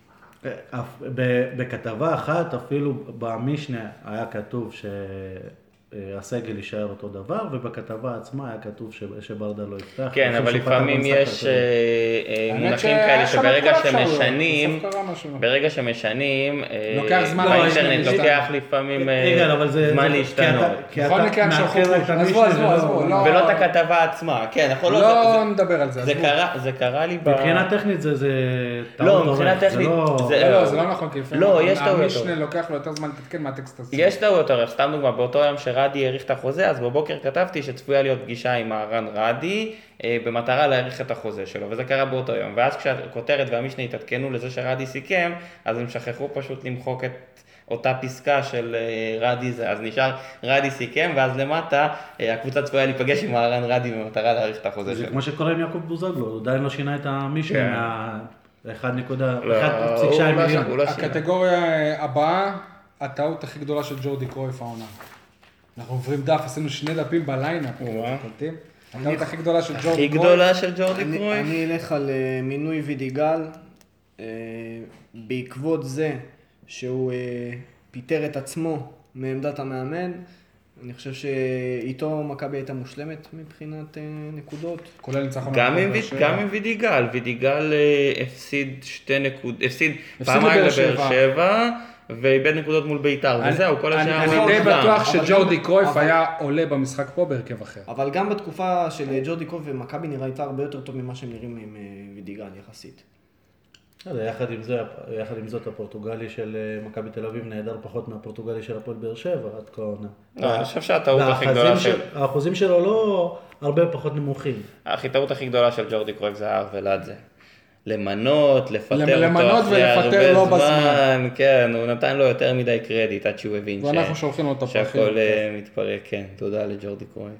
בכתבה אחת, אפילו במשנה היה כתוב שהסגל יישאר אותו דבר, ובכתבה עצמה היה כתוב שברדה לא יפתח. כן, אבל לפעמים יש מונחים כאלה ברגע שמשנים, לוקח זמן באינטרנט להשתנות. לוקח לפעמים זמן להשתנות. בכל מקרה הם שלחו תלוש. עזבו, לא. ולא את הכתבה עצמה, כן, נכון, לא נדבר על זה. זה קרה לי מבחינה טכנית זה טעות לא, עורך, מבחינה טכנית, לא, זה לא נכון, כי לפעמים לא, יש טעויות. המשנה לוקח לו יותר זמן לתתקן מהטקסט עצמו. יש טעויות ערך, סתם דוגמה, באותו יום שרדי האריך את החוזה, אז בבוקר כתבתי שצפויה להיות פגישה עם מהרן רדי, במטרה להאריך את החוזה שלו, וזה קרה באותו יום. ואז כשהכותרת והמשנה התעדכנו לזה שרדי סיכם, אז הם שכחו פשוט למחוק את אותה פסקה של רדי, אז נשאר רדי סיכם, ואז למטה הקבוצה צפויה להיפגש עם מהרן רדי במטרה להאריך את החוזה זה שלו. כמו שקורה עם יעקב בוזגלו, הוא עדיין לא שינה את המשנה כן. מה-1.2 מיליון. הקטגוריה הבאה, הטעות הכי גדולה של ג'ורדי קרויף העונה. אנחנו עוברים דף, עשינו 2 דפים בליינאפ. קולטים? הטעות הכי גדולה של ג'ורדי הכי קרויף. גדולה של ג'ורדי קרויף? אני אלך על מינוי וידיגל, בעקבות זה שהוא פיטר את עצמו מעמדת המאמן. אני חושב שאיתו מכבי הייתה מושלמת מבחינת נקודות. כולל ניצחון. גם עם וידיגל, וידיגל הפסיד פעמיים לבאר שבע, ואיבד נקודות מול בית"ר, וזהו, כל השאר אני די בטוח שג'ורדי קרויף היה עולה במשחק פה בהרכב אחר. אבל גם בתקופה של ג'ורדי קרויף ומכבי נראה הייתה הרבה יותר טוב ממה שהם נראים עם וידיגל יחסית. יחד עם זאת הפורטוגלי של מכבי תל אביב נהדר פחות מהפורטוגלי של הפועל באר שבע עד כה העונה. אני חושב שהטעות הכי גדולה האחוזים שלו לא הרבה פחות נמוכים. הטעות הכי גדולה של ג'ורדי קרויף זה ולאדזה. למנות, לפטר למנות אותו אחרי ולפטר לא הרבה בזמן. זמן, כן, הוא נתן לו יותר מדי קרדיט עד שהוא הבין ואנחנו שולחים לו את הפרחים. שהכל מתפרק, כן, תודה לג'ורדי קרויף.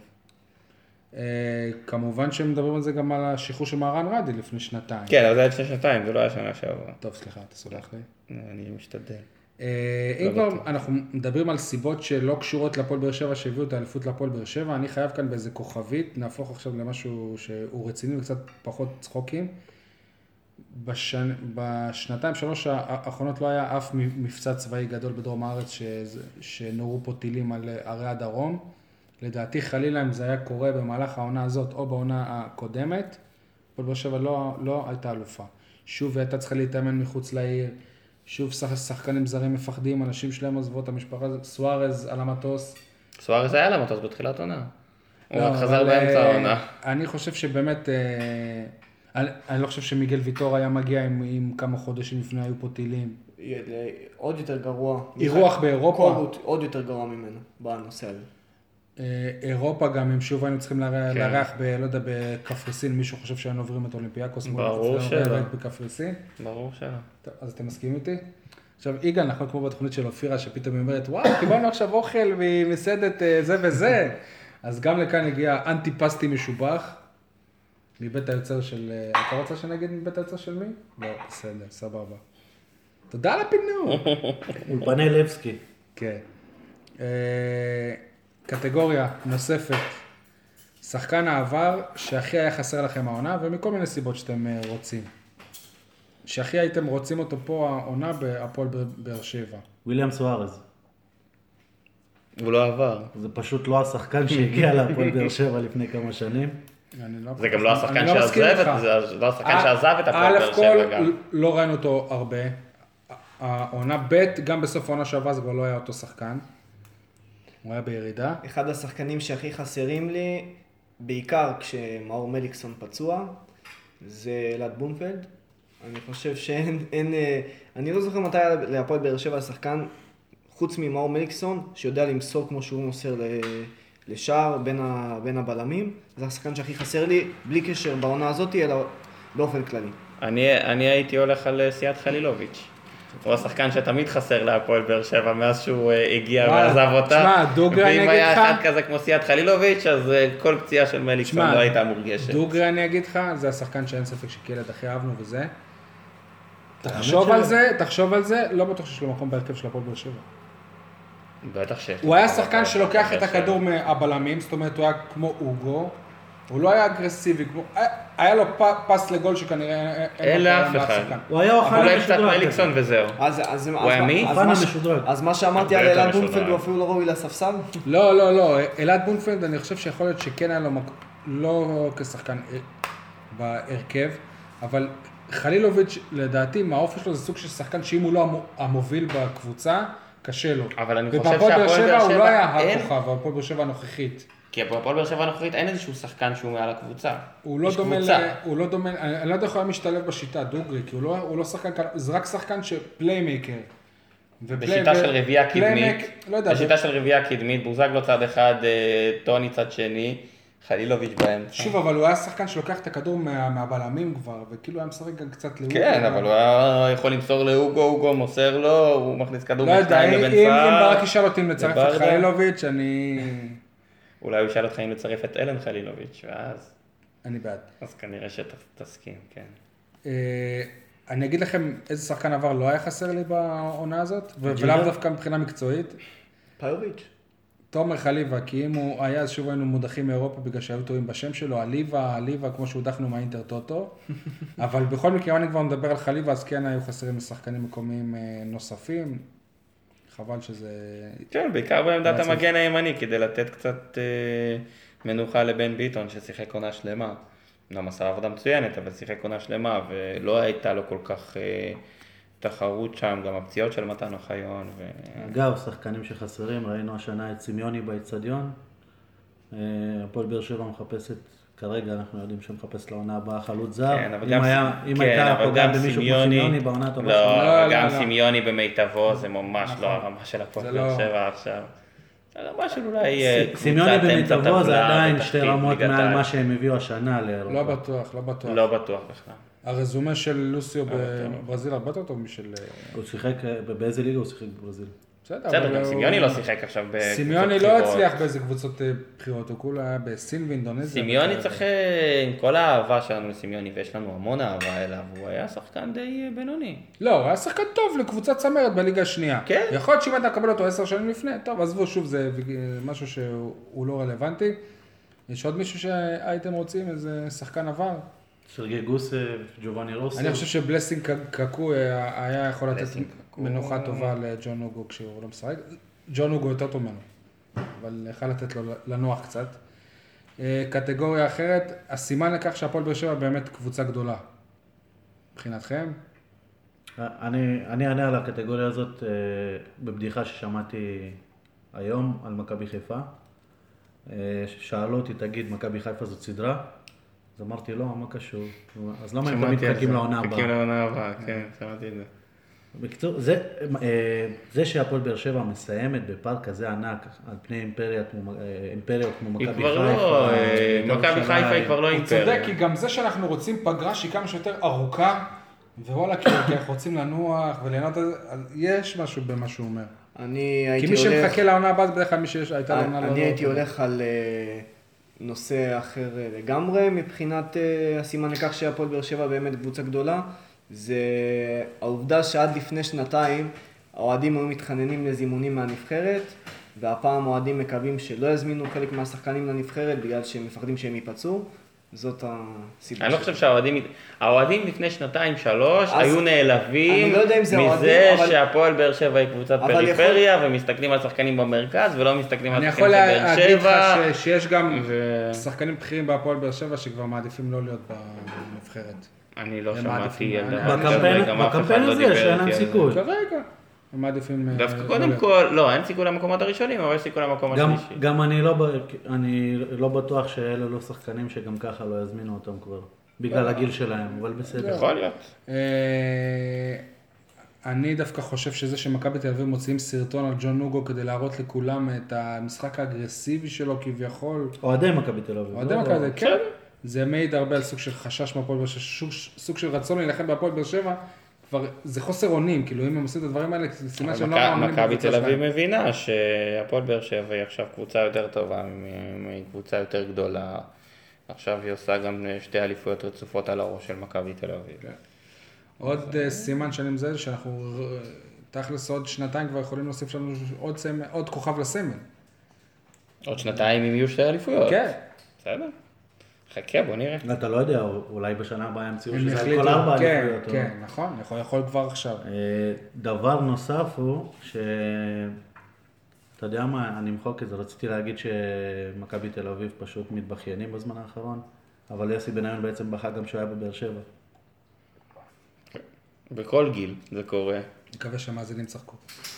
כמובן שהם מדברים על זה גם על השחרור של מהרן רדי לפני 2 שנים. כן, אבל זה היה לפני 2 זה לא היה שנה שעברה. טוב, סליחה, אתה סולח לי. אני משתדל. אם כבר אנחנו מדברים על סיבות שלא קשורות לפועל באר שבע שהביאו את האליפות לפועל באר שבע, אני חייב כאן באיזה כוכבית, נהפוך עכשיו למשהו שהוא רציני וקצת פחות צחוקים. בשנתיים 3 האחרונות לא היה אף מבצע צבאי גדול בדרום הארץ שנורו פה טילים על ערי הדרום. לדעתי חלילה אם זה היה קורה במהלך העונה הזאת או בעונה הקודמת, הפועל באר שבע לא הייתה אלופה. שוב הייתה צריכה להתאמן מחוץ לעיר, שוב שחקנים זרים מפחדים, אנשים שלהם עזבו את המשפחה, סוארז על המטוס. סוארז היה על המטוס בתחילת עונה. הוא רק חזר באמצע העונה. אני חושב שבאמת, אני לא חושב שמיגל ויטור היה מגיע עם כמה חודשים לפני היו פה טילים. עוד יותר גרוע. אירוח באירופה. עוד יותר גרוע ממנו בנושא הזה. אירופה גם, אם שוב היינו צריכים לארח לא יודע, בקפריסין, מישהו חושב שהיינו עוברים את אולימפיאקוס. ברור שלא. בקפריסין. ברור שלא. טוב, אז אתם מסכימים איתי? עכשיו, יגאל, אנחנו כמו בתוכנית של אופירה, שפתאום היא אומרת, וואו, קיבלנו עכשיו אוכל ממסעדת זה וזה. אז גם לכאן הגיע אנטי פסטי משובח, מבית היוצר של... אתה רוצה שנגיד מבית היוצר של מי? לא, בסדר, סבבה. תודה על הפינוק. אולפני לבסקי. כן. קטגוריה נוספת, שחקן העבר שהכי היה חסר לכם העונה, ומכל מיני סיבות שאתם רוצים. שהכי הייתם רוצים אותו פה העונה בהפועל באר שבע. וויליאם סוארז. הוא לא עבר. זה פשוט לא השחקן שהגיע להפועל באר שבע לפני כמה שנים. זה גם לא השחקן שעזב את הפועל באר שבע גם. לא ראינו אותו הרבה. העונה ב' גם בסוף העונה שעברה זה כבר לא היה אותו שחקן. הוא היה בירידה. אחד השחקנים שהכי חסרים לי, בעיקר כשמאור מליקסון פצוע, זה אלעד בונפלד. אני חושב אני לא זוכר מתי להפועל באר שבע השחקן, חוץ ממאור מליקסון, שיודע למסור כמו שהוא מוסר לשער בין הבלמים. זה השחקן שהכי חסר לי, בלי קשר בעונה הזאת, אלא באופן כללי. אני הייתי הולך על סיאט חלילוביץ'. הוא השחקן שתמיד חסר להפועל באר שבע מאז שהוא הגיע ועזב אותה. תשמע, דוגרי אני אגיד לך. ואם היה אחד כזה כמו סיאט חלילוביץ', אז כל פציעה של מליקסון לא הייתה מורגשת. דוגרי אני אגיד לך, זה השחקן שאין ספק שכילד הכי אהבנו וזה. תחשוב על זה, לא בטוח שיש לו מקום בהרכב של הפועל באר שבע. בטח שיש. הוא היה שחקן שלוקח את הכדור מהבלמים, זאת אומרת הוא היה כמו אוגו, הוא לא היה אגרסיבי, היה לו פס לגול שכנראה אין לאף אחד. הוא היה אוחנה אולי קצת משודרג. מליקסון וזהו. הוא היה מי? אוחנה משודרג. אז מה שאמרתי על אלעד בונפלד הוא אפילו לא ראוי לספסל? לא, אלעד בונפלד אני חושב שיכול להיות שכן היה לו לא כשחקן בהרכב, אבל חלילוביץ' לדעתי מהאופי שלו זה סוג של שחקן שאם הוא לא המוביל בקבוצה, קשה לו. אבל אני חושב ובהפועל באר שבע הוא לא היה אין- הכוכב, בהפועל באר שבע הנוכחית. כי בהפועל באר שבע הנוכחית אין איזשהו שחקן שהוא מעל הקבוצה. הוא לא יש דומה, קבוצה. הוא לא דומה, אני לא יודע איך הוא היה משתלב בשיטה, דוגרי, כי הוא לא שחקן, זה רק שחקן שפליימייקר. בשיטה של רביעייה קדמית, לא יודע, בשיטה של רביעייה קדמית, בוזגלו צד אחד, טוני צד שני, חלילוביץ' באמצע. שוב, אבל הוא היה שחקן שלוקח את הכדור מהבלמים כבר, וכאילו היה משחק גם קצת לאוגו. כן, אבל הוא היה יכול למסור לאוגו, אוגו מוסר לו, הוא מכניס כדור לא יודע, משתיים לבן אם סער. ברק ישאל אותי אם לצרף את לברדה. חלילוביץ', אני אולי הוא ישאל אותך אם לצרף את אלן חלילוביץ', ואז בעד. אז כנראה שתסכים, כן. אני אגיד לכם איזה שחקן עבר לא היה חסר לי בעונה הזאת, ולאו דווקא מבחינה מקצועית. פיוביץ'. תומר חליבה, כי אם הוא היה, אז שוב היינו מודחים מאירופה בגלל שהיו טועים בשם שלו, עליבה, כמו שהודחנו מהאינטר טוטו. אבל בכל מקרה, אם אני כבר מדבר על חליבה, אז כן היו חסרים לשחקנים מקומיים נוספים. חבל שזה... כן, בעיקר בעמדת המגן הימני, כדי לתת קצת מנוחה לבן ביטון, ששיחק עונה שלמה. גם עשה עבודה מצוינת, אבל שיחק עונה שלמה, ולא הייתה לו כל כך תחרות שם, גם הפציעות של מתן אוחיון. אגב, שחקנים שחסרים, ראינו השנה את סמיוני באצטדיון. הפועל באר שבע מחפשת, כרגע אנחנו יודעים שמחפש לעונה הבאה חלוץ זר. כן, אבל אם הייתה פוגעת במישהו כמו סמיוני בעונה הטובה שלו. לא, גם סמיוני במיטבו, זה ממש לא הרמה של הפועל באר שבע עכשיו. הרמה של אולי סמיוני במיטבו זה עדיין בתחתית שתי רמות ליגת מעל העל. מה שהם הביאו השנה לאירופה. לא בטוח. לא בטוח בכלל. הרזומה של לוסיו בברזיל הרבה יותר טוב משל... הוא שיחק, באיזה ליגה הוא שיחק בברזיל? בסדר, גם סמיוני לא שיחק עכשיו בקבוצות סמיוני לא הצליח באיזה קבוצות בחירות, הוא כולה היה בסין ואינדונזיה. סמיוני צריך, עם כל האהבה שלנו לסמיוני, ויש לנו המון אהבה אליו, הוא היה שחקן די בינוני. לא, הוא היה שחקן טוב לקבוצת צמרת בליגה השנייה. כן. יכול להיות שאם אתה מקבל אותו 10 שנים לפני, טוב, עזבו שוב, זה משהו שהוא לא רלוונטי. יש עוד מישהו שהייתם רוצים, איזה שחקן עבר? סרגי גוסף, ג'ובאני רוסו. אני חושב שבלסינג קקו היה יכול לתת מנוחה טובה לג'ון אוגו כשהוא לא משחק. ג'ון אוגו יותר טוב ממנו, אבל יכול לתת לו לנוח קצת. קטגוריה אחרת, הסימן לכך שהפועל באר שבע באמת קבוצה גדולה. מבחינתכם? אני אענה על הקטגוריה הזאת בבדיחה ששמעתי היום על מכבי חיפה. שאלו אותי, תגיד, מכבי חיפה זאת סדרה? אז אמרתי, לא, מה קשור? אז למה הם תמיד מחכים לעונה הבאה? מחכים לעונה הבאה, כן, שמעתי את זה. בקיצור, זה שהפועל באר שבע מסיימת בפארק כזה ענק על פני אימפריות כמו מכבי חיפה. היא כבר לא, מכבי חיפה היא כבר לא הוא אימפריה. צודק, כי גם זה שאנחנו רוצים פגרה שהיא כמה שיותר ארוכה, ווואלה, כי אנחנו רוצים לנוח וליהנות, יש משהו במה שהוא אומר. כי מי שמחכה לעונה הבאה, זה בדרך כלל מי שהייתה לעונה לא... אני הייתי הולך על נושא אחר לגמרי, מבחינת הסימן לכך שהפועל באר שבע באמת קבוצה גדולה, זה העובדה שעד לפני שנתיים האוהדים היו מתחננים לזימונים מהנבחרת, והפעם האוהדים מקווים שלא יזמינו חלק מהשחקנים לנבחרת בגלל שהם מפחדים שהם ייפצעו. זאת הסיבה. אני לא חושב שהאוהדים לפני שנתיים-שלוש היו נעלבים מזה שהפועל באר שבע היא קבוצת פריפריה ומסתכלים על שחקנים במרכז ולא מסתכלים על שחקנים בבאר שבע. אני יכול להגיד לך שיש גם שחקנים בכירים בהפועל באר שבע שכבר מעדיפים לא להיות בנבחרת. אני לא שמעתי על בקמפיין הזה שאין להם סיכוי. כרגע. הם מעדיפים... דווקא קודם כל, לא, אין סיכוי למקומות הראשונים, אבל יש סיכוי למקום השלישי. גם אני לא בטוח שאלה לא שחקנים שגם ככה לא יזמינו אותם כבר, בגלל הגיל שלהם, אבל בסדר. יכול להיות. אני דווקא חושב שזה שמכבי תל אביב מוציאים סרטון על ג'ון נוגו כדי להראות לכולם את המשחק האגרסיבי שלו כביכול. אוהדי מכבי תל אביב. אוהדי מכבי תל אביב, כן. זה מעיד הרבה על סוג של חשש מהפועל באר שבע, סוג של רצון להילחם בהפועל באר שבע, כבר זה חוסר אונים, כאילו אם הם עושים את הדברים האלה, זה סימן שהם לא מאמינים מכבי תל אביב מבינה שהפועל באר שבע היא עכשיו קבוצה יותר טובה, היא קבוצה יותר גדולה, עכשיו היא עושה גם 2 אליפויות רצופות על הראש של מכבי תל אביב. עוד סימן שאני מזהה שאנחנו תכלס עוד 2 כבר יכולים להוסיף לנו עוד כוכב לסמל. עוד 2 אם יהיו 2 אליפויות. כן. בסדר. חכה, בוא נראה. אתה לא יודע, אולי בשנה הבאה ימציאו הם שזה יחליטו, כל 4 כן, אליפויות. כן, נכון, יכול כבר עכשיו. דבר נוסף הוא אתה יודע מה, אני אמחוק את זה, רציתי להגיד שמכבי תל אביב פשוט מתבכיינים בזמן האחרון, אבל יוסי בניון בעצם בכה גם שהוא היה בבאר שבע. בכל גיל זה קורה. מקווה שהמאזינים צחקו.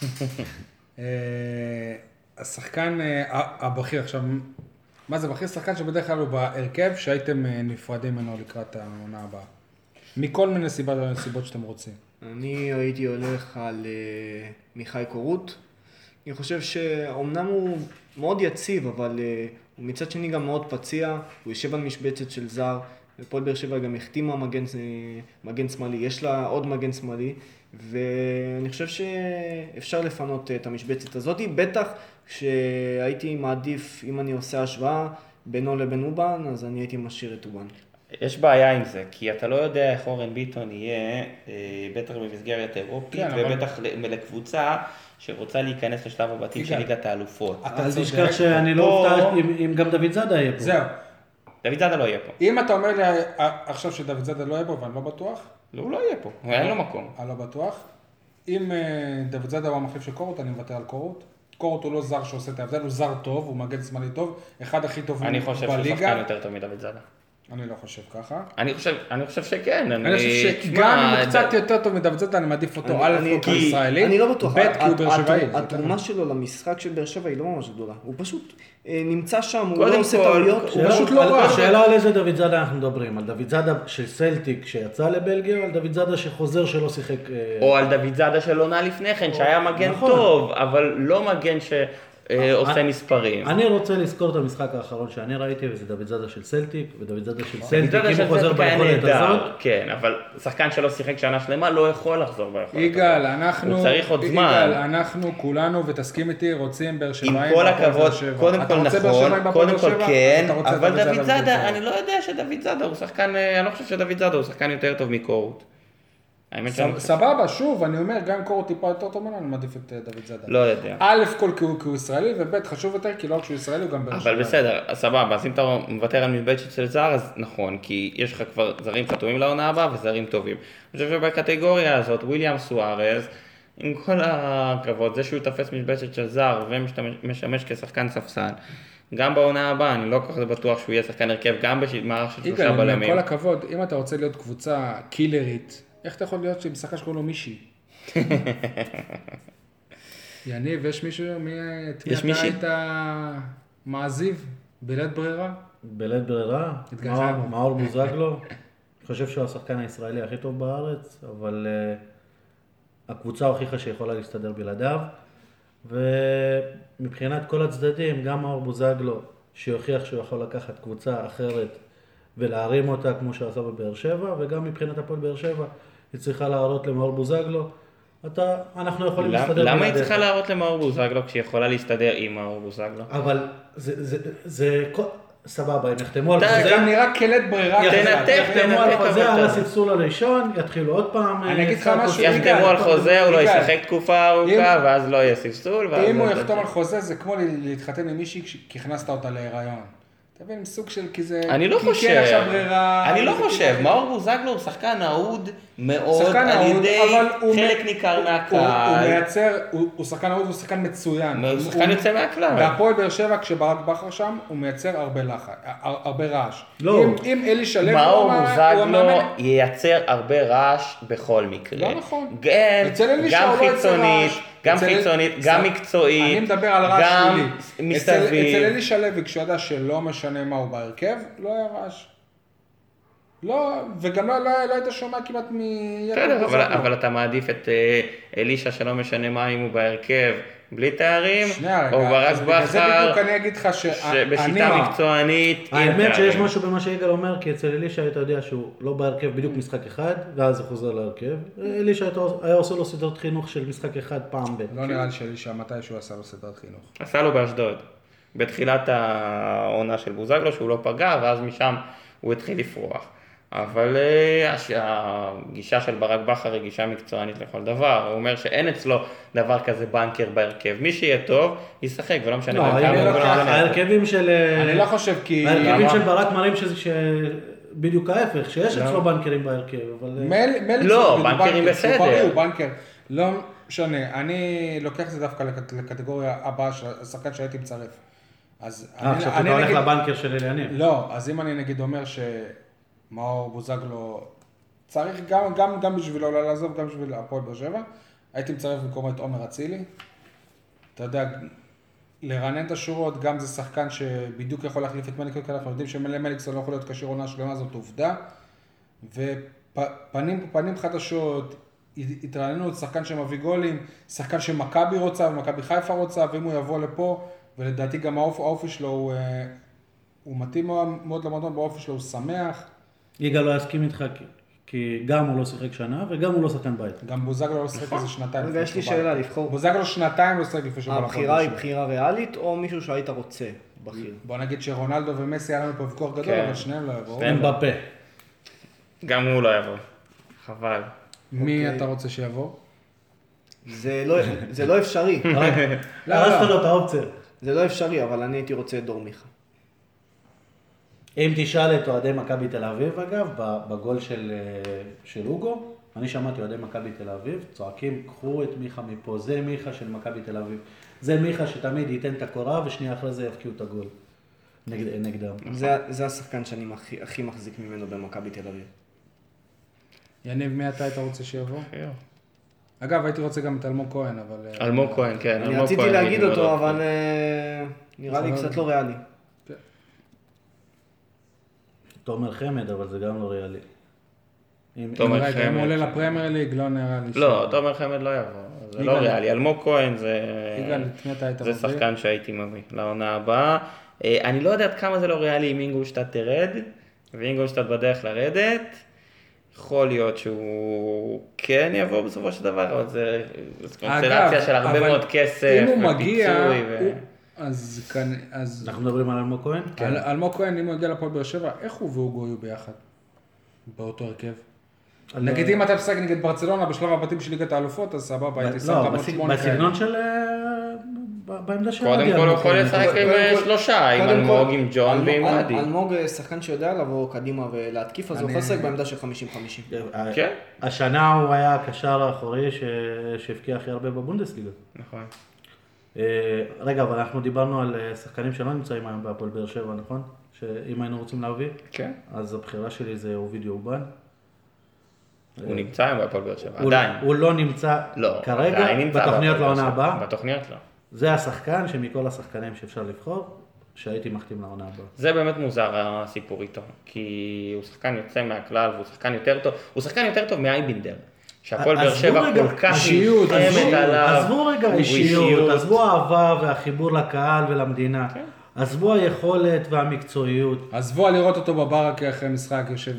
השחקן הבכיר עכשיו, מה זה בכיר? שחקן שבדרך כלל הוא בהרכב שהייתם נפרדים ממנו לקראת העונה הבאה. מכל מיני סיבות שאתם רוצים. אני הייתי הולך על מיכאי קורות. אני חושב שאומנם הוא מאוד יציב, אבל הוא מצד שני גם מאוד פציע. הוא יושב על משבצת של זר. הפועל באר שבע גם החתימה מגן שמאלי. יש לה עוד מגן שמאלי. ואני חושב שאפשר לפנות את המשבצת הזאת. בטח שהייתי מעדיף, אם אני עושה השוואה בינו לבין אובן, אז אני הייתי משאיר את אובן. יש בעיה עם זה, כי אתה לא יודע איך אורן ביטון יהיה, בטח במסגרת אירופית, ובטח לקבוצה שרוצה להיכנס לשלב הבתים של ליגת האלופות. אז תשכח שאני לא אופתע אם גם דוד זאדה יהיה פה. זהו. דוד זאדה לא יהיה פה. אם אתה אומר לי עכשיו שדוד זאדה לא יהיה פה, ואני לא בטוח. לא, הוא לא יהיה פה, אין לו מקום. אני לא בטוח. אם דוד זאדה הוא המחליף של קורות, אני מוותר על קורות. קורות הוא לא זר שעושה את ההבדל, הוא זר טוב, הוא מגן שמאלי טוב, אחד הכי טובים בליגה. אני חושב שהוא שחקן יותר טוב מדוד זאדה. אני לא חושב ככה. אני חושב שכן. אני חושב שגם אם הוא קצת יותר טוב מדוד זאדה, אני מעדיף אותו א' כישראלי, אני לא בטוח. ב' כי הוא באר שבעי. התרומה שלו למשחק של באר שבע היא לא ממש גדולה. הוא פשוט נמצא שם, הוא לא עושה טעויות, הוא פשוט לא רע. השאלה על איזה דוד זאדה אנחנו מדברים, על דוד זאדה של סלטיק שיצא לבלגיה, או על דוד זאדה שחוזר שלא שיחק... או על דוד זאדה של עונה לפני כן, שהיה מגן טוב, אבל לא מגן עושה מספרים. אני רוצה לזכור את המשחק האחרון שאני ראיתי, וזה דוד זאדה של סלטיק, ודוד זאדה של סלטיק, אם הוא חוזר ביכולת הזאת. כן, אבל שחקן שלא שיחק שנה שלמה לא יכול לחזור ביכולת הזאת. יגאל, הוא צריך עוד זמן. אנחנו כולנו, ותסכים איתי, רוצים באר שבעים. עם כל הכבוד, קודם כל נכון, קודם כל כן, אבל דוד זאדה, אני לא יודע שדוד זאדה הוא שחקן, אני לא חושב שדוד זאדה הוא שחקן יותר טוב מקורות. סבבה, שוב, אני אומר, גם קורות טיפה יותר טוב ממנו, אני מעדיף את דוד זאדה. לא יודע. א' כל כי הוא ישראלי, וב' חשוב יותר, כי לא רק שהוא ישראלי, הוא גם באר שבע. אבל בסדר, סבבה, אז אם אתה מוותר על משבצת של זר, אז נכון, כי יש לך כבר זרים חתומים לעונה הבאה וזרים טובים. אני חושב שבקטגוריה הזאת, וויליאם סוארז, עם כל הכבוד, זה שהוא תפס משבצת של זר ומשמש כשחקן ספסל, גם בעונה הבאה, אני לא כל כך בטוח שהוא יהיה שחקן הרכב, גם במערך של 3 בלמים. עם כל הכבוד, אם אתה רוצה להיות קבוצה קילרית, איך אתה יכול להיות עם שחקן שקוראים לו מישי? יניב, יש מישהו, את מי אתה היית מעזיב? בלית ברירה? בלית ברירה? מאור בוזגלו. אני חושב שהוא השחקן הישראלי הכי טוב בארץ, אבל הקבוצה הוכיחה שיכולה להסתדר בלעדיו. ומבחינת כל הצדדים, גם מאור בוזגלו, שיוכיח שהוא יכול לקחת קבוצה אחרת ולהרים אותה כמו שעשה בבאר שבע, וגם מבחינת הפועל באר שבע, היא צריכה להראות למאור בוזגלו. אנחנו יכולים להסתדר בלעדיך. למה היא צריכה להראות למאור בוזגלו כשהיא יכולה להסתדר עם מאור בוזגלו? אבל זה סבבה, הם נחתמו על חוזה. זה גם נראה כלית ברירה. יחתמו על חוזה, על הספסול הראשון, יתחילו עוד פעם. אני אגיד לך משהו. יחתמו על חוזה, הוא לא ישחק תקופה ארוכה, ואז לא יהיה ספסול. אם הוא יחתום על חוזה, זה כמו להתחתן עם מישהי כי הכנסת אותה להיריון. אתה מבין, סוג של כזה... אני לא חושב. כן, עכשיו ברירה... אני לא חושב. מאור בוזגלו הוא שחקן אהוד מאוד על ידי חלק ניכר מהקהל. הוא שחקן אהוד, הוא שחקן מצוין. הוא שחקן יוצא מהכלל. והפועל באר שבע, כשברק בכר שם, הוא מייצר הרבה רעש. לא. אם אלי שלו... מאור בוזגלו ייצר הרבה רעש בכל מקרה. לא נכון. גם חיצונית. גם חיצונית, גם מקצועית, אני מדבר על רעש שלילי. מסביב. אצל אלי שלוי, כשהוא ידע שלא משנה מה הוא בהרכב, לא היה רעש. לא, וגם לא היית שומע כמעט בסדר, בוזגלו. אבל אתה מעדיף את אלישע שלא משנה מה אם הוא בהרכב בלי תארים, שנייה רגע, או ברק אז בגלל זה בכר, בדיוק אני אגיד לך שבשיטה מקצוענית עם האמת שיש תארים. משהו במה שיגאל אומר, כי אצל אלישע אתה יודע שהוא לא בהרכב בדיוק משחק אחד, ואז הוא חוזר להרכב. אלישע היה עושה לו סדרת חינוך של משחק אחד פעם ב... לא נראה לי שאלישע מתי שהוא עשה לו סדרת חינוך. עשה לו באשדוד, בתחילת העונה של בוזגלו שהוא לא פגע, ואז משם הוא התחיל לפרוח. אבל הגישה של ברק בכר היא גישה מקצוענית לכל דבר, הוא אומר שאין אצלו דבר כזה בנקר בהרכב, מי שיהיה טוב ישחק ולא משנה לא, בהרכב. ההרכבים של... אני לא חושב כי... ההרכבים של ברק מראים בדיוק ההפך, שיש אצלו בנקרים בהרכב, אבל... לא, בנקרים בסדר. הוא בנקר. לא משנה, אני לוקח את זה דווקא לקטגוריה הבאה של השחקן שהייתי מצרף. עכשיו אתה הולך לבנקר של אליניב. לא, אז אם אני נגיד אומר שמאור בוזגלו צריך גם בשבילו לא לעזוב, גם בשביל הפועל באר שבע, הייתי מצרף במקומו את עומר אצילי. אתה יודע, לרענן את השורות, גם זה שחקן שבדיוק יכול להחליף את מליקסון, כי אנחנו יודעים שמליקסון לא יכול להיות קשיר עונה שלמה, זאת עובדה. ופנים חדשות, התרעננו את שחקן שמביא גולים, שחקן שמכבי רוצה ומכבי חיפה רוצה, ואם הוא יבוא לפה, ולדעתי גם האופי שלו הוא מתאים מאוד למועדון, באופי שלו הוא שמח. יגאל לא יסכים איתך, כי גם הוא לא שיחק שנה, וגם הוא לא שחקן בית. גם בוזגלו לא שיחק איזה שנתיים. רגע, יש לי שאלה לבחור. בוזגלו שנתיים לא שיחק לפני שבא לפועל. הבחירה היא בחירה ריאלית, או מישהו שהיית רוצה בכיר? בוא נגיד שרונלדו ומסי היה לנו פה ויכוח גדול, אבל שניהם לא יבואו. הם בפה. גם הוא לא יבוא, חבל. מי אתה רוצה שיבוא? זה לא אפשרי. הרסת לו את האופציה. זה לא אפשרי, אבל אני הייתי רוצה את דור מיכה. אם תשאל את אוהדי מכבי תל אביב, אגב, בגול של אוגו, אני שמעתי אוהדי מכבי תל אביב, צועקים, קחו את מיכה מפה, זה מיכה של מכבי תל אביב. זה מיכה שתמיד ייתן את הקורה, ושנייה אחרי זה יבקיעו את הגול נגדם. זה השחקן שאני הכי מחזיק ממנו במכבי תל אביב. יניב, מי אתה היית רוצה שיבוא? אגב, הייתי רוצה גם את אלמוג כהן, אבל... אלמוג כהן, כן. אני רציתי להגיד אותו, אבל נראה לי קצת לא ריאלי. תומר חמד, אבל זה גם לא ריאלי. תומר חמד. אם הוא עולה לפרמייר ליג, לא נראה לי. לא, תומר חמד לא יבוא, זה לא ריאלי. אלמוג כהן זה שחקן שהייתי מביא לעונה הבאה. אני לא יודע עד כמה זה לא ריאלי אם אינגולשטאט תרד, ואינגולשטאט בדרך לרדת. יכול להיות שהוא כן יבוא בסופו של דבר, אבל זה קונסטלציה של הרבה מאוד כסף אם הוא מגיע, אז אנחנו מדברים על אלמוג כהן? אלמוג כהן, אם הוא יגיע לפועל באר שבע, איך הוא ואוגו יהיו ביחד? באותו הרכב? נגיד אם אתה משחק נגד ברצלונה בשלב הבתים של ליגת האלופות, אז סבבה, הייתי שם רמות 8 כאלה. בסגנון של... בעמדה של קודם כל הוא יכול לשחק עם שלושה, עם אלמוג, עם ג'ון ועם עדי. אלמוג שחקן שיודע לבוא קדימה ולהתקיף, אז הוא יכול לשחק בעמדה של 50-50. כן. השנה הוא היה הקשר האחורי שהבקיע הכי הרבה בבונדסליגה. נכון. רגע, אבל אנחנו דיברנו על שחקנים שלא נמצאים היום בהפועל באר שבע, נכון? שאם היינו רוצים להביא? כן. אז הבחירה שלי זה אובידיו אובן. הוא נמצא היום בהפועל באר שבע, עדיין. הוא לא נמצא כרגע בתוכניות לעונה הבאה. בתוכניות לא. זה השחקן שמכל השחקנים שאפשר לבחור, שהייתי מחתים לעונה הבאה. זה באמת מוזר הסיפור איתו, כי הוא שחקן יוצא מהכלל, והוא שחקן יותר טוב, הוא שחקן יותר טוב מאייבינדר. שהפועל באר שבע כל כך נלחמת עליו. עזבו רגע אישיות, עזבו אהבה והחיבור לקהל ולמדינה. עזבו היכולת והמקצועיות. עזבו לראות אותו בברקה אחרי משחק יושב.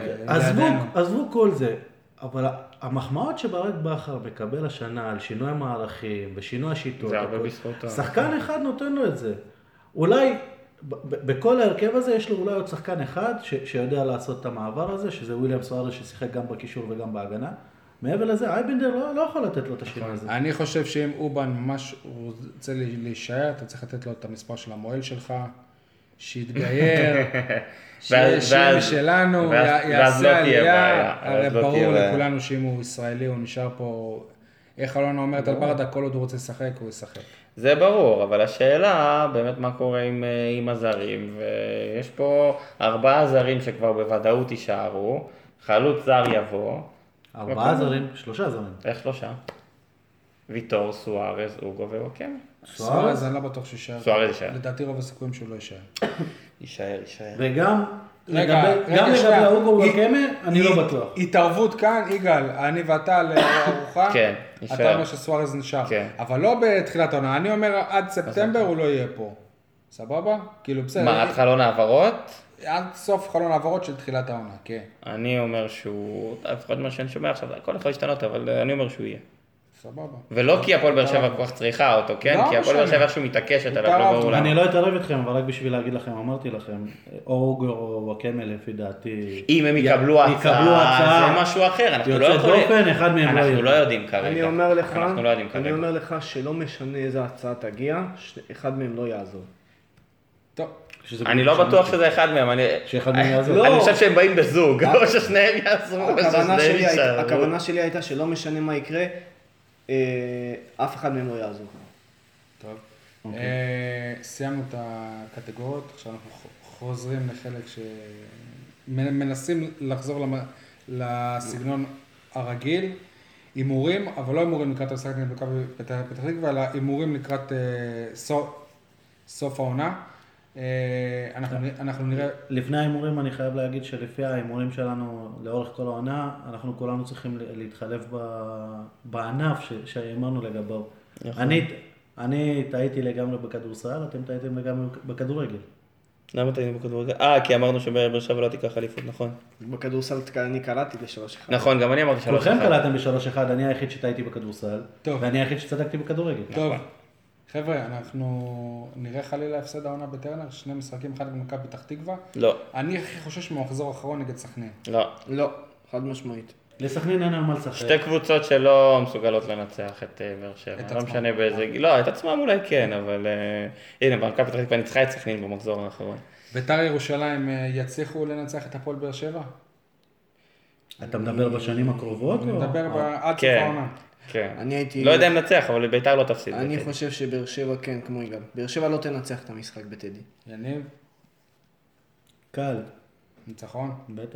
עזבו כל זה. אבל המחמאות שברק בכר מקבל השנה על שינוי המערכים ושינוי השיטות. זה הרבה בזכותו. שחקן אחד נותן לו את זה. אולי בכל ההרכב הזה יש לו אולי עוד שחקן אחד שיודע לעשות את המעבר הזה, שזה וויליאם סוארס ששיחק גם בקישור וגם בהגנה. מעבר לזה, אייבינדר לא יכול לתת לו את השינוי הזה. אני חושב שאם אובן ממש רוצה להישאר, אתה צריך לתת לו את המספר של המועל שלך, שיתגייר, שיהיה משלנו, יעשה עלייה. הרי ברור לכולנו שאם הוא ישראלי, הוא נשאר פה, איך אלונה אומרת על ברדה, כל עוד הוא רוצה לשחק, הוא ישחק. זה ברור, אבל השאלה באמת מה קורה עם הזרים, ויש פה 4 זרים שכבר בוודאות יישארו, חלוץ זר יבוא. 4 זרים, 3 זרים. איך 3? ויטור, סוארז, אוגו ווואקמה. סוארז אני לא בטוח שישאר. סוארז יישאר. לדעתי רוב הסיכויים שהוא לא יישאר. יישאר. וגם רגע, לגבי שנייה. האוגו וואקמה, אני לא בטוח. התערבות כאן, יגאל, אני ואתה לארוחה, כן, אתה יישאר. אומר שסוארז נשאר, כן. אבל לא בתחילת העונה, אני אומר עד ספטמבר הוא לא יהיה פה, סבבה? כאילו בסדר, מה, עד חלון העברות? עד סוף חלון העברות של תחילת העונה, כן, אני אומר שהוא, לפחות מה שאני שומע עכשיו, הכל יכול להשתנות, אבל אני אומר שהוא יהיה. סבבה. ולא כי הפועל באר שבע כל כך צריכה אותו, כן? לא כי הפועל באר משנה. שבע איכשהו מתעקשת עליו, מותר לא ברור אני למה. לא אתערב איתכם, אבל רק בשביל להגיד לכם, אמרתי לכם, או אוגו או וואקמה לפי דעתי. אם הם יקבלו הצעה, זה משהו אחר, אנחנו לא יוצא יכולים. דופן, אחד מהם לא אנחנו לא יהיה. יודעים כרגע. אני אומר לך, אנחנו לא יודעים אני כרגע. אומר לך שלא משנה איזה הצעה תגיע, אחד מהם לא יעזור. טוב, אני לא בטוח שזה אחד מהם, שאחד מהם יעזור. לא. אני חושב שהם באים בזוג, או ששניהם יעזרו, או ששניהם יישארו. הכוונה שלי הייתה שלא משנה מה יקרה, אף אחד מהם לא יעזור. טוב. סיימנו את הקטגוריות, עכשיו אנחנו חוזרים לחלק שמנסים לחזור לסגנון הרגיל, הימורים, אבל לא הימורים לקראת המשחק נגד מכבי פתח תקווה, אלא הימורים לקראת סוף העונה. אנחנו נראה... לפני ההימורים אני חייב להגיד שלפי ההימורים שלנו לאורך כל העונה, אנחנו כולנו צריכים להתחלף בענף שהאמרנו לגביו. אני טעיתי לגמרי בכדורסל, אתם טעיתם לגמרי בכדורגל. למה טעינו בכדורגל? כי אמרנו שבאר שבע לא תיקח אליפות, נכון. בכדורסל אני קראתי ל3-1. נכון, גם אני אמרתי 3-1. כולכם קלעתם ב3-1, אני היחיד שטעיתי בכדורסל, טוב. ואני היחיד שצדקתי בכדורגל. טוב, חבר'ה, אנחנו נראה חלילה הפסד העונה בטרנר, 2 משחקים, אחד במכבי פתח תקווה. לא, אני הכי חושש מהמחזור האחרון נגד סכנין. לא. לא, חד משמעית. לסכנין אין על מה לשחק. שתי קבוצות שלא מסוגלות לנצח את באר שבע. את לא עצמם. משנה באיזה... לא, את עצמם אולי כן, אבל... הנה, מכבי פתח תקווה ניצחה את סכנין במחזור האחרון. בית"ר ירושלים יצליחו לנצח את הפועל באר שבע? אתה מדבר בשנים הקרובות? אני או? מדבר עד סוף כן, העונה. כן. אני הייתי... לא יודע אם נצח, אבל בית"ר לא תפסיד. אני בטדי. חושב שבאר שבע כן, כמו יגאל. באר שבע לא תנצח את המשחק בטדי. יניב, קל, ניצחון. בטח.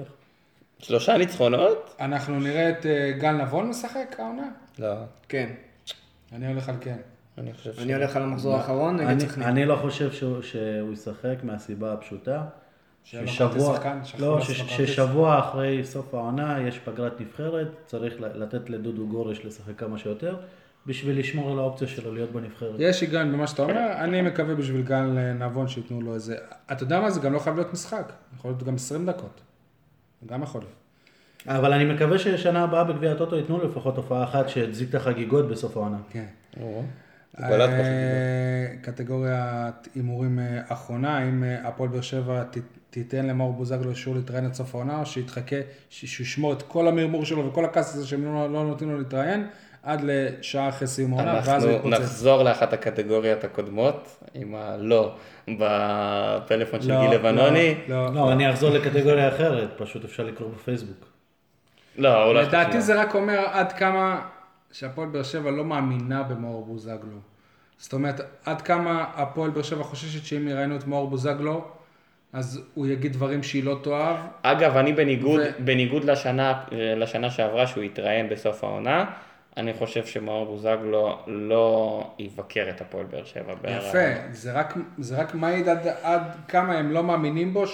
3 ניצחונות? אנחנו נראה את גל נבון משחק העונה? לא. כן. אני הולך על כן. אני חושב ש... אני הולך על המחזור האחרון נגד סכנין. אני לא חושב שהוא ישחק מהסיבה הפשוטה. שאין לו כרטיס שחקן, שיכול לא, לעשות לו כרטיס. ששבוע אחרי סוף העונה יש פגרת נבחרת, צריך לתת לדודו גורש לשחק כמה שיותר, בשביל לשמור על האופציה שלו להיות בנבחרת. יש היגיון במה שאתה אומר, אני מקווה בשביל גל נבון שיתנו לו איזה... אתה יודע מה? זה גם לא חייב להיות משחק. יכול להיות גם 20 דקות. גם יכול להיות. אבל אני מקווה ששנה הבאה בגביע הטוטו ייתנו לו לפחות הופעה אחת שתזיק את החגיגות בסוף העונה. כן. הוא בלט בחגיגות. קטגוריית הימורים אחרונה, האם הפועל באר שבע תיתן למאור בוזגלו אישור להתראיין עד סוף העונה, או שיתחכה, שישמור את כל המרמור שלו וכל הכעס הזה שהם לא נותנים לו להתראיין, עד לשעה אחרי סיום העונה, ואז הוא אנחנו יתפוצץ. נחזור לאחת הקטגוריות הקודמות, עם הלא בפלאפון של גיל לבנוני. לא, אני אחזור לקטגוריה אחרת, פשוט אפשר לקרוא בפייסבוק. לא, הוא לא... לדעתי זה רק אומר עד כמה שהפועל באר שבע לא מאמינה במאור בוזגלו. זאת אומרת, עד כמה הפועל באר שבע חוששת שאם יראיינו את מאור בוזגלו, אז הוא יגיד דברים שהיא לא תאהב. אגב, אני בניגוד לשנה שעברה שהוא התראיין בסוף העונה, אני חושב שמאור בוזגלו לא יבקר את הפועל באר שבע. יפה, זה רק מעיד עד כמה הם לא מאמינים בו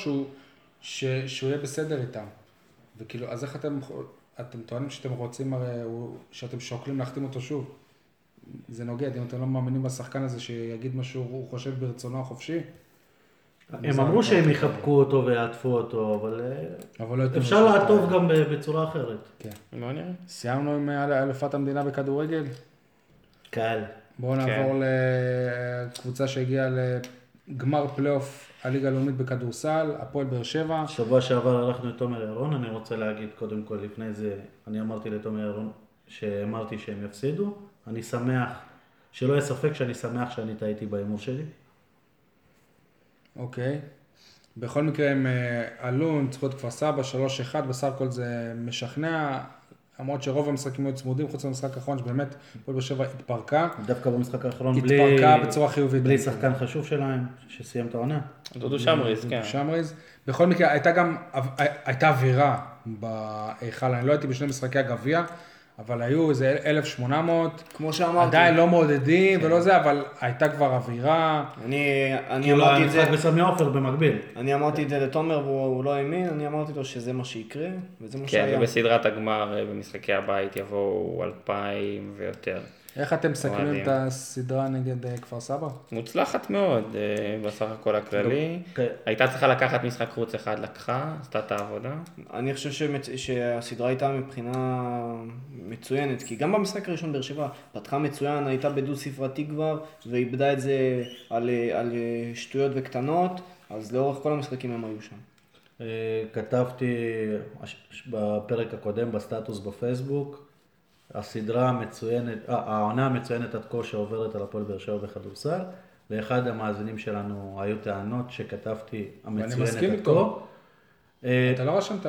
שהוא יהיה בסדר איתם. וכאילו, אז איך אתם טוענים שאתם רוצים, שאתם שוקלים להחתים אותו שוב? זה נוגד, אם אתם לא מאמינים בשחקן הזה שיגיד מה שהוא חושב ברצונו החופשי. הם אמרו שהם יחבקו אותו ויעטפו אותו, אבל לא אפשר לעטוף גם בצורה אחרת. כן. מה נראה? סיימנו עם אלופת המדינה בכדורגל. קל. בואו נעבור לקבוצה שהגיעה לגמר פלייאוף הליגה הלאומית בכדורסל, הפועל באר שבע. שבוע שעבר ערכנו את תומר ירון, אני רוצה להגיד קודם כל לפני זה, אני אמרתי לתומר ירון שאמרתי שהם יפסידו, אני שמח, שלא יהיה ספק שאני שמח שאני טעיתי בהימור שלי. אוקיי. בכל מקרה הם עלו, ניצחו את כפר סבא, 3-1, בסך הכל זה משכנע, למרות שרוב המשחקים היו צמודים, חוץ מהמשחק האחרון, שבאמת הפועל באר שבע התפרקה. דווקא במשחק האחרון התפרקה בצורה חיובית. בלי שחקן חשוב שלהם, שסיים את העונה. דודו שמריז, כן. שמריז. בכל מקרה, הייתה אווירה בהיכל, אני לא הייתי בשני משחקי הגביע, אבל היו איזה 1,800, כמו שאמרתי. עדיין לא מעודדים ולא זה, אבל הייתה כבר אווירה. אני כאילו אמרתי את זה, המשחק בסמי עופר במקביל. אני אמרתי את זה לתומר והוא לא האמין, אני אמרתי לו שזה מה שיקרה, וזה מה כן, שהיה. ובסדרת הגמר במשחקי הבית יבואו 2,000 ויותר. איך אתם מסכמים אוהדים. את הסדרה נגד כפר סבא? מוצלחת מאוד בסך הכל הכללי. כן. הייתה צריכה לקחת משחק חוץ אחד, לקחה, עשתה את העבודה. אני חושב שהסדרה הייתה מבחינה מצוינת, כי גם במשחק הראשון באר שבע פתחה מצוין, הייתה בדו ספרתי כבר, ואיבדה את זה על שטויות וקטנות, אז לאורך כל המשחקים הם היו שם. כתבתי בפרק הקודם בסטטוס בפייסבוק, הסדרה המצוינת, העונה המצוינת עד כה שעוברת על הפועל באר שבע בכדורסל, לאחד המאזינים שלנו היו טענות שכתבתי המצוינת מסכים עד איתו. כה. אתה לא רשמת,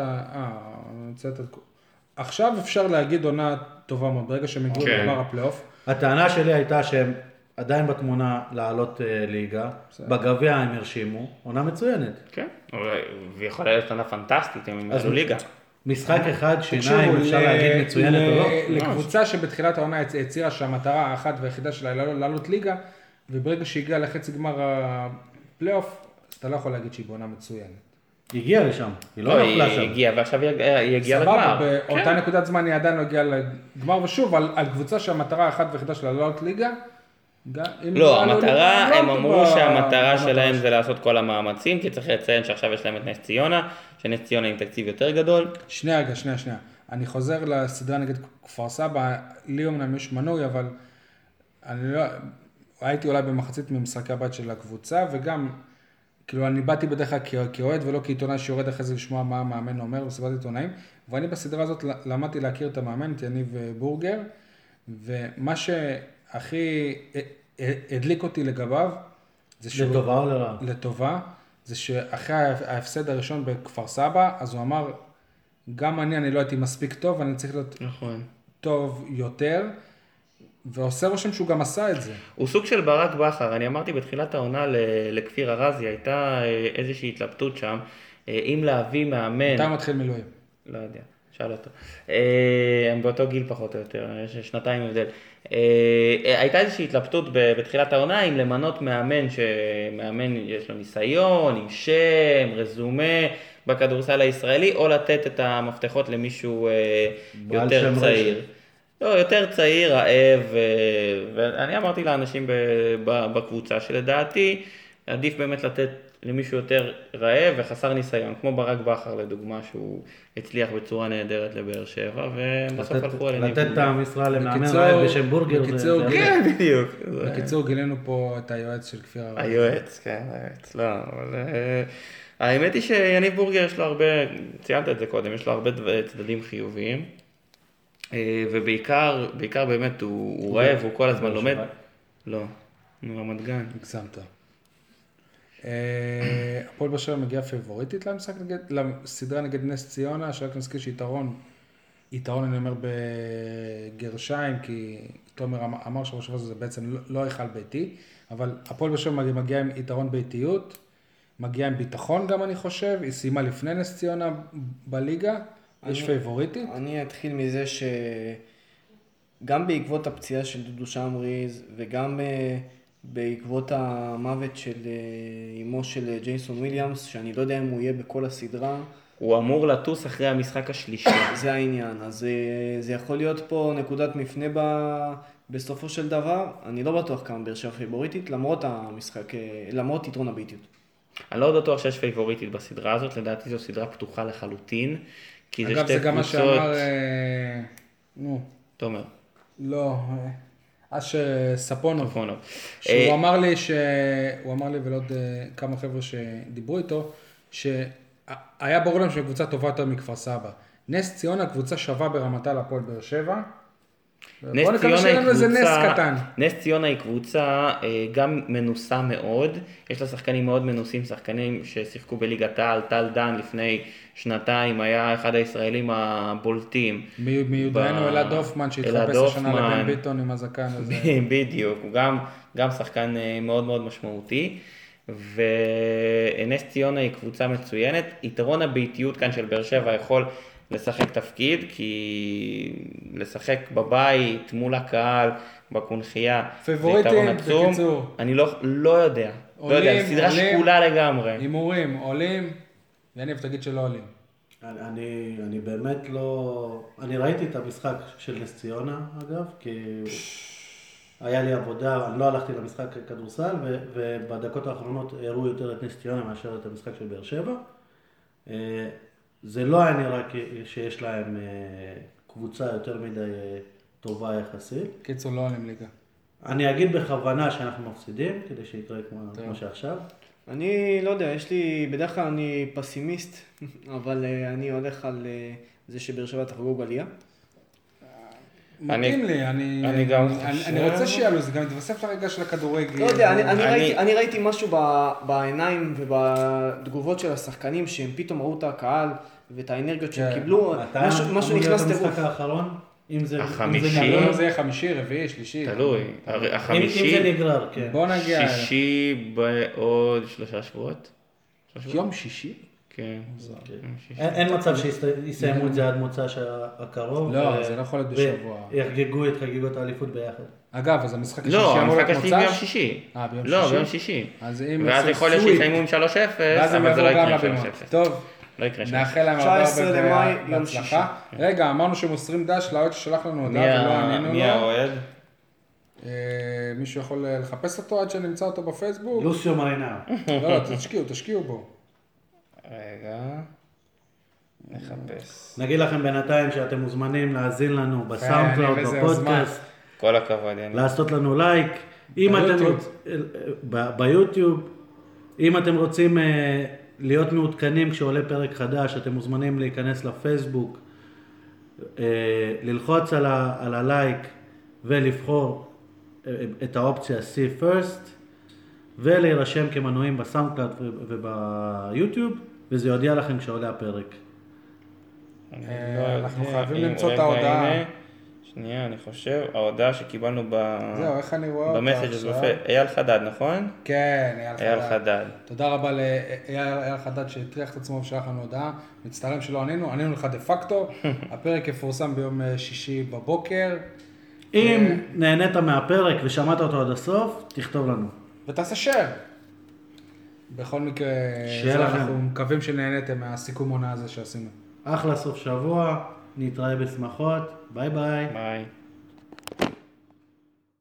עכשיו אפשר להגיד עונה טובה מאוד, ברגע שהם הגיעו כן. לגמר הפלייאוף. הטענה שלי הייתה שהם עדיין בתמונה לעלות ליגה, בגביע הם הרשימו, עונה מצוינת. כן, ויכולה להיות עונה פנטסטית, הם יעלו ליגה. משחק אחד תקשיבו, שיניים, אפשר להגיד מצוינת או לא? לקבוצה שבתחילת העונה הצהירה שהמטרה האחת והיחידה שלה היא לעלות ליגה, וברגע שהגיעה לחצי גמר הפלייאוף, אתה לא יכול להגיד שהיא בעונה מצוינת. היא הגיעה לשם, היא לא לא, נפלה היא שם. הגיעה, ועכשיו היא הגיעה סבבה, לגמר. באותה כן. נקודת זמן היא עדיין לא הגיעה לגמר, ושוב, על קבוצה שהמטרה האחת והיחידה שלה לעלות ליגה, לא, המטרה, הם לא אמרו שהמטרה במטרה שלהם זה לעשות כל המאמצים, כי צריך לציין שעכשיו יש להם את נס ציונה, שנס ציונה עם תקציב יותר גדול. שנייה. אני חוזר לסדרה נגד כפר סבא, לי אמנם יש מנוי, אבל אני לא, הייתי אולי במחצית ממשחקי הבית של הקבוצה, וגם, כאילו אני באתי בדרך כלל כאוהד ולא כעיתונאי שיורד אחרי זה לשמוע מה המאמן אומר בסביבת עיתונאים, ואני בסדרה הזאת למדתי להכיר את המאמן, את יניב בורגר, ומה שהכי הדליק אותי לגביו, זה שהוא... לטובה או לרעה? לטובה, זה שאחרי ההפסד הראשון בכפר סבא, אז הוא אמר, גם אני לא הייתי מספיק טוב, אני צריך להיות נכון. טוב יותר, ועושה רושם שהוא גם עשה את זה. הוא סוג של ברק בכר, אני אמרתי בתחילת העונה לכפיר ארזי, הייתה איזושהי התלבטות שם, אם להביא מאמן... מתי הוא מתחיל מילואים? לא יודע, שאל אותו. הם באותו גיל פחות או יותר, יש שנתיים הבדל. הייתה איזושהי התלבטות בתחילת העונה, אם למנות מאמן שמאמן יש לו ניסיון, עם שם, רזומה בכדורסל הישראלי, או לתת את המפתחות למישהו יותר צעיר. לא, יותר צעיר, רעב, ואני אמרתי לאנשים בקבוצה שלדעתי, עדיף באמת לתת למישהו יותר רעב וחסר ניסיון, כמו ברק בכר לדוגמה, שהוא הצליח בצורה נהדרת לבאר שבע, ובסוף הלכו על לתת את המשרה למאמן רעב בשם בורגר. כן, בדיוק. בקיצור, גילינו פה את היועץ של כפיר ארזי. היועץ, כן, היועץ, לא, אבל... האמת היא שיניב בורגר יש לו הרבה, ציינת את זה קודם, יש לו הרבה צדדים חיוביים, ובעיקר באמת הוא רעב, הוא כל הזמן לומד. לא, רמת גן. הגזמת. הפועל באר שבע מגיעה פייבוריטית לסדרה נגד נס ציונה, שרק נזכיר שיתרון אני אומר בגרשיים, כי תומר אמר שבשבוע הזה בעצם לא היכל ביתי, אבל הפועל באר שבע מגיעה עם יתרון ביתיות, מגיעה עם ביטחון גם אני חושב, היא סיימה לפני נס ציונה בליגה, יש פייבוריטית. אני אתחיל מזה שגם בעקבות הפציעה של דודו שמריז וגם בעקבות המוות של אמו של ג'ייסון וויליאמס, שאני לא יודע אם הוא יהיה בכל הסדרה. הוא אמור לטוס אחרי המשחק השלישי. זה העניין, אז זה יכול להיות פה נקודת מפנה בסופו של דבר. אני לא בטוח כמה באר שבע פייבוריטית, למרות יתרון הביתיות. אני לא בטוח שיש פייבוריטית בסדרה הזאת, לדעתי זו סדרה פתוחה לחלוטין. אגב, זה גם מה שאמר, תומר. לא, אשר ספונוב. שהוא אמר לי ולעוד כמה חבר'ה שדיברו איתו, שהיה ברור להם שקבוצה טובה יותר מכפר סבא. נס ציונה קבוצה שווה ברמתה להפועל באר שבע. נס ציונה היא קבוצה גם מנוסה מאוד, יש לה שחקנים מאוד מנוסים, שחקנים ששיחקו בליגת העל, טל דן לפני שנתיים היה אחד הישראלים הבולטים. מיודענו אלעד הופמן שהתחפש השנה לבן ביטון עם הזקן הזה. בדיוק, הוא גם שחקן מאוד מאוד משמעותי. ונס ציונה היא קבוצה מצוינת, יתרון הביתיות כאן של באר שבע יכול לשחק תפקיד, כי לשחק בבית, מול הקהל, בקונחייה, זה פיבוריטים, יתרון עצום. בקיצור. אני לא יודע. לא יודע, זו סדרה שקולה לגמרי. הימורים, עולים, יניב תגיד שלא עולים. אני באמת לא... אני ראיתי את המשחק של נס ציונה, אגב, כי היה לי עבודה, אני לא הלכתי למשחק כדורסל, ובדקות האחרונות הראו יותר את נס ציונה מאשר את המשחק של באר שבע. זה לא היה נראה שיש להם קבוצה יותר מדי טובה יחסית. קיצור, לא עולים ליגה. אני אגיד בכוונה שאנחנו מפסידים, כדי שיקרה כמו שעכשיו. אני לא יודע, בדרך כלל אני פסימיסט, אבל אני הולך על זה שבאר שבע תחגוג עלייה. מתאים לי, אני גם חושב... אני רוצה שיעלו, זה גם יתווסף לרגע של הכדורגל. לא יודע, אני ראיתי משהו בעיניים ובתגובות של השחקנים, שהם פתאום ראו את הקהל ואת האנרגיות שהם קיבלו, משהו נכנס טירוף. המשחק האחרון? החמישי, זה יהיה חמישי, רביעי, שלישי. תלוי, החמישי, אם זה נגרר, כן. בוא נגיע. שישי בעוד 3 שבועות. יום שישי? כן. אין מצב שיסיימו את זה עד מוצא הקרוב. לא, זה לא יכול להיות בשבוע. ויחגגו את חגיגות האליפות ביחד. אגב, אז המשחק השישי לא, אמור להיות המשחק השני מוצ"ש? ביום שישי. ביום לא, שישי? ביום שישי. ואז יכול להיות שיסיימו עם 3-0, ואז הם אבל זה לא יבואו גם יקרה לבימות. 3-0. טוב, לא יקרה 3-0. נאחל להם 19 הרבה למאי, יום בהצלחה. רגע, אמרנו שמוסרים דש לאוהד ששלח לנו הודעה ולא ענינו לו. מי האוהד? מישהו יכול לחפש אותו עד שנמצא אותו בפייסבוק? לוסיו מרינאו. לא, תשקיעו בו. רגע, נחפש. נגיד לכם בינתיים שאתם מוזמנים להאזין לנו בסאונד קלאוד, וזה בפודקאסט, כל הכבוד, יניב. לעשות לנו לייק. ביוטיוב. אם אתם רוצים להיות מעודכנים כשעולה פרק חדש, אתם מוזמנים להיכנס לפייסבוק, ללחוץ על הלייק ולבחור את האופציה See First, ולהירשם כמנויים בסאונד קלאוד וביוטיוב, וזה יודיע לכם כשעולה הפרק. אנחנו חייבים למצוא את ההודעה. שנייה, אני חושב, ההודעה שקיבלנו זהו, איך אני רואה אותה במסג' עכשיו? אייל חדד, נכון? כן, אייל חדד. תודה רבה לאייל חדד שהטריח את עצמו ושלח לנו הודעה. מצטערים שלא ענינו לך דה פקטו. הפרק יפורסם ביום שישי בבוקר. אם נהנית מהפרק ושמעת אותו עד הסוף, תכתוב לנו. ותעשה שייר. בכל מקרה, אנחנו מקווים שנהניתם מהסיכום עונה הזה שעשינו. אחלה סוף שבוע, נתראה בשמחות, ביי ביי. ביי.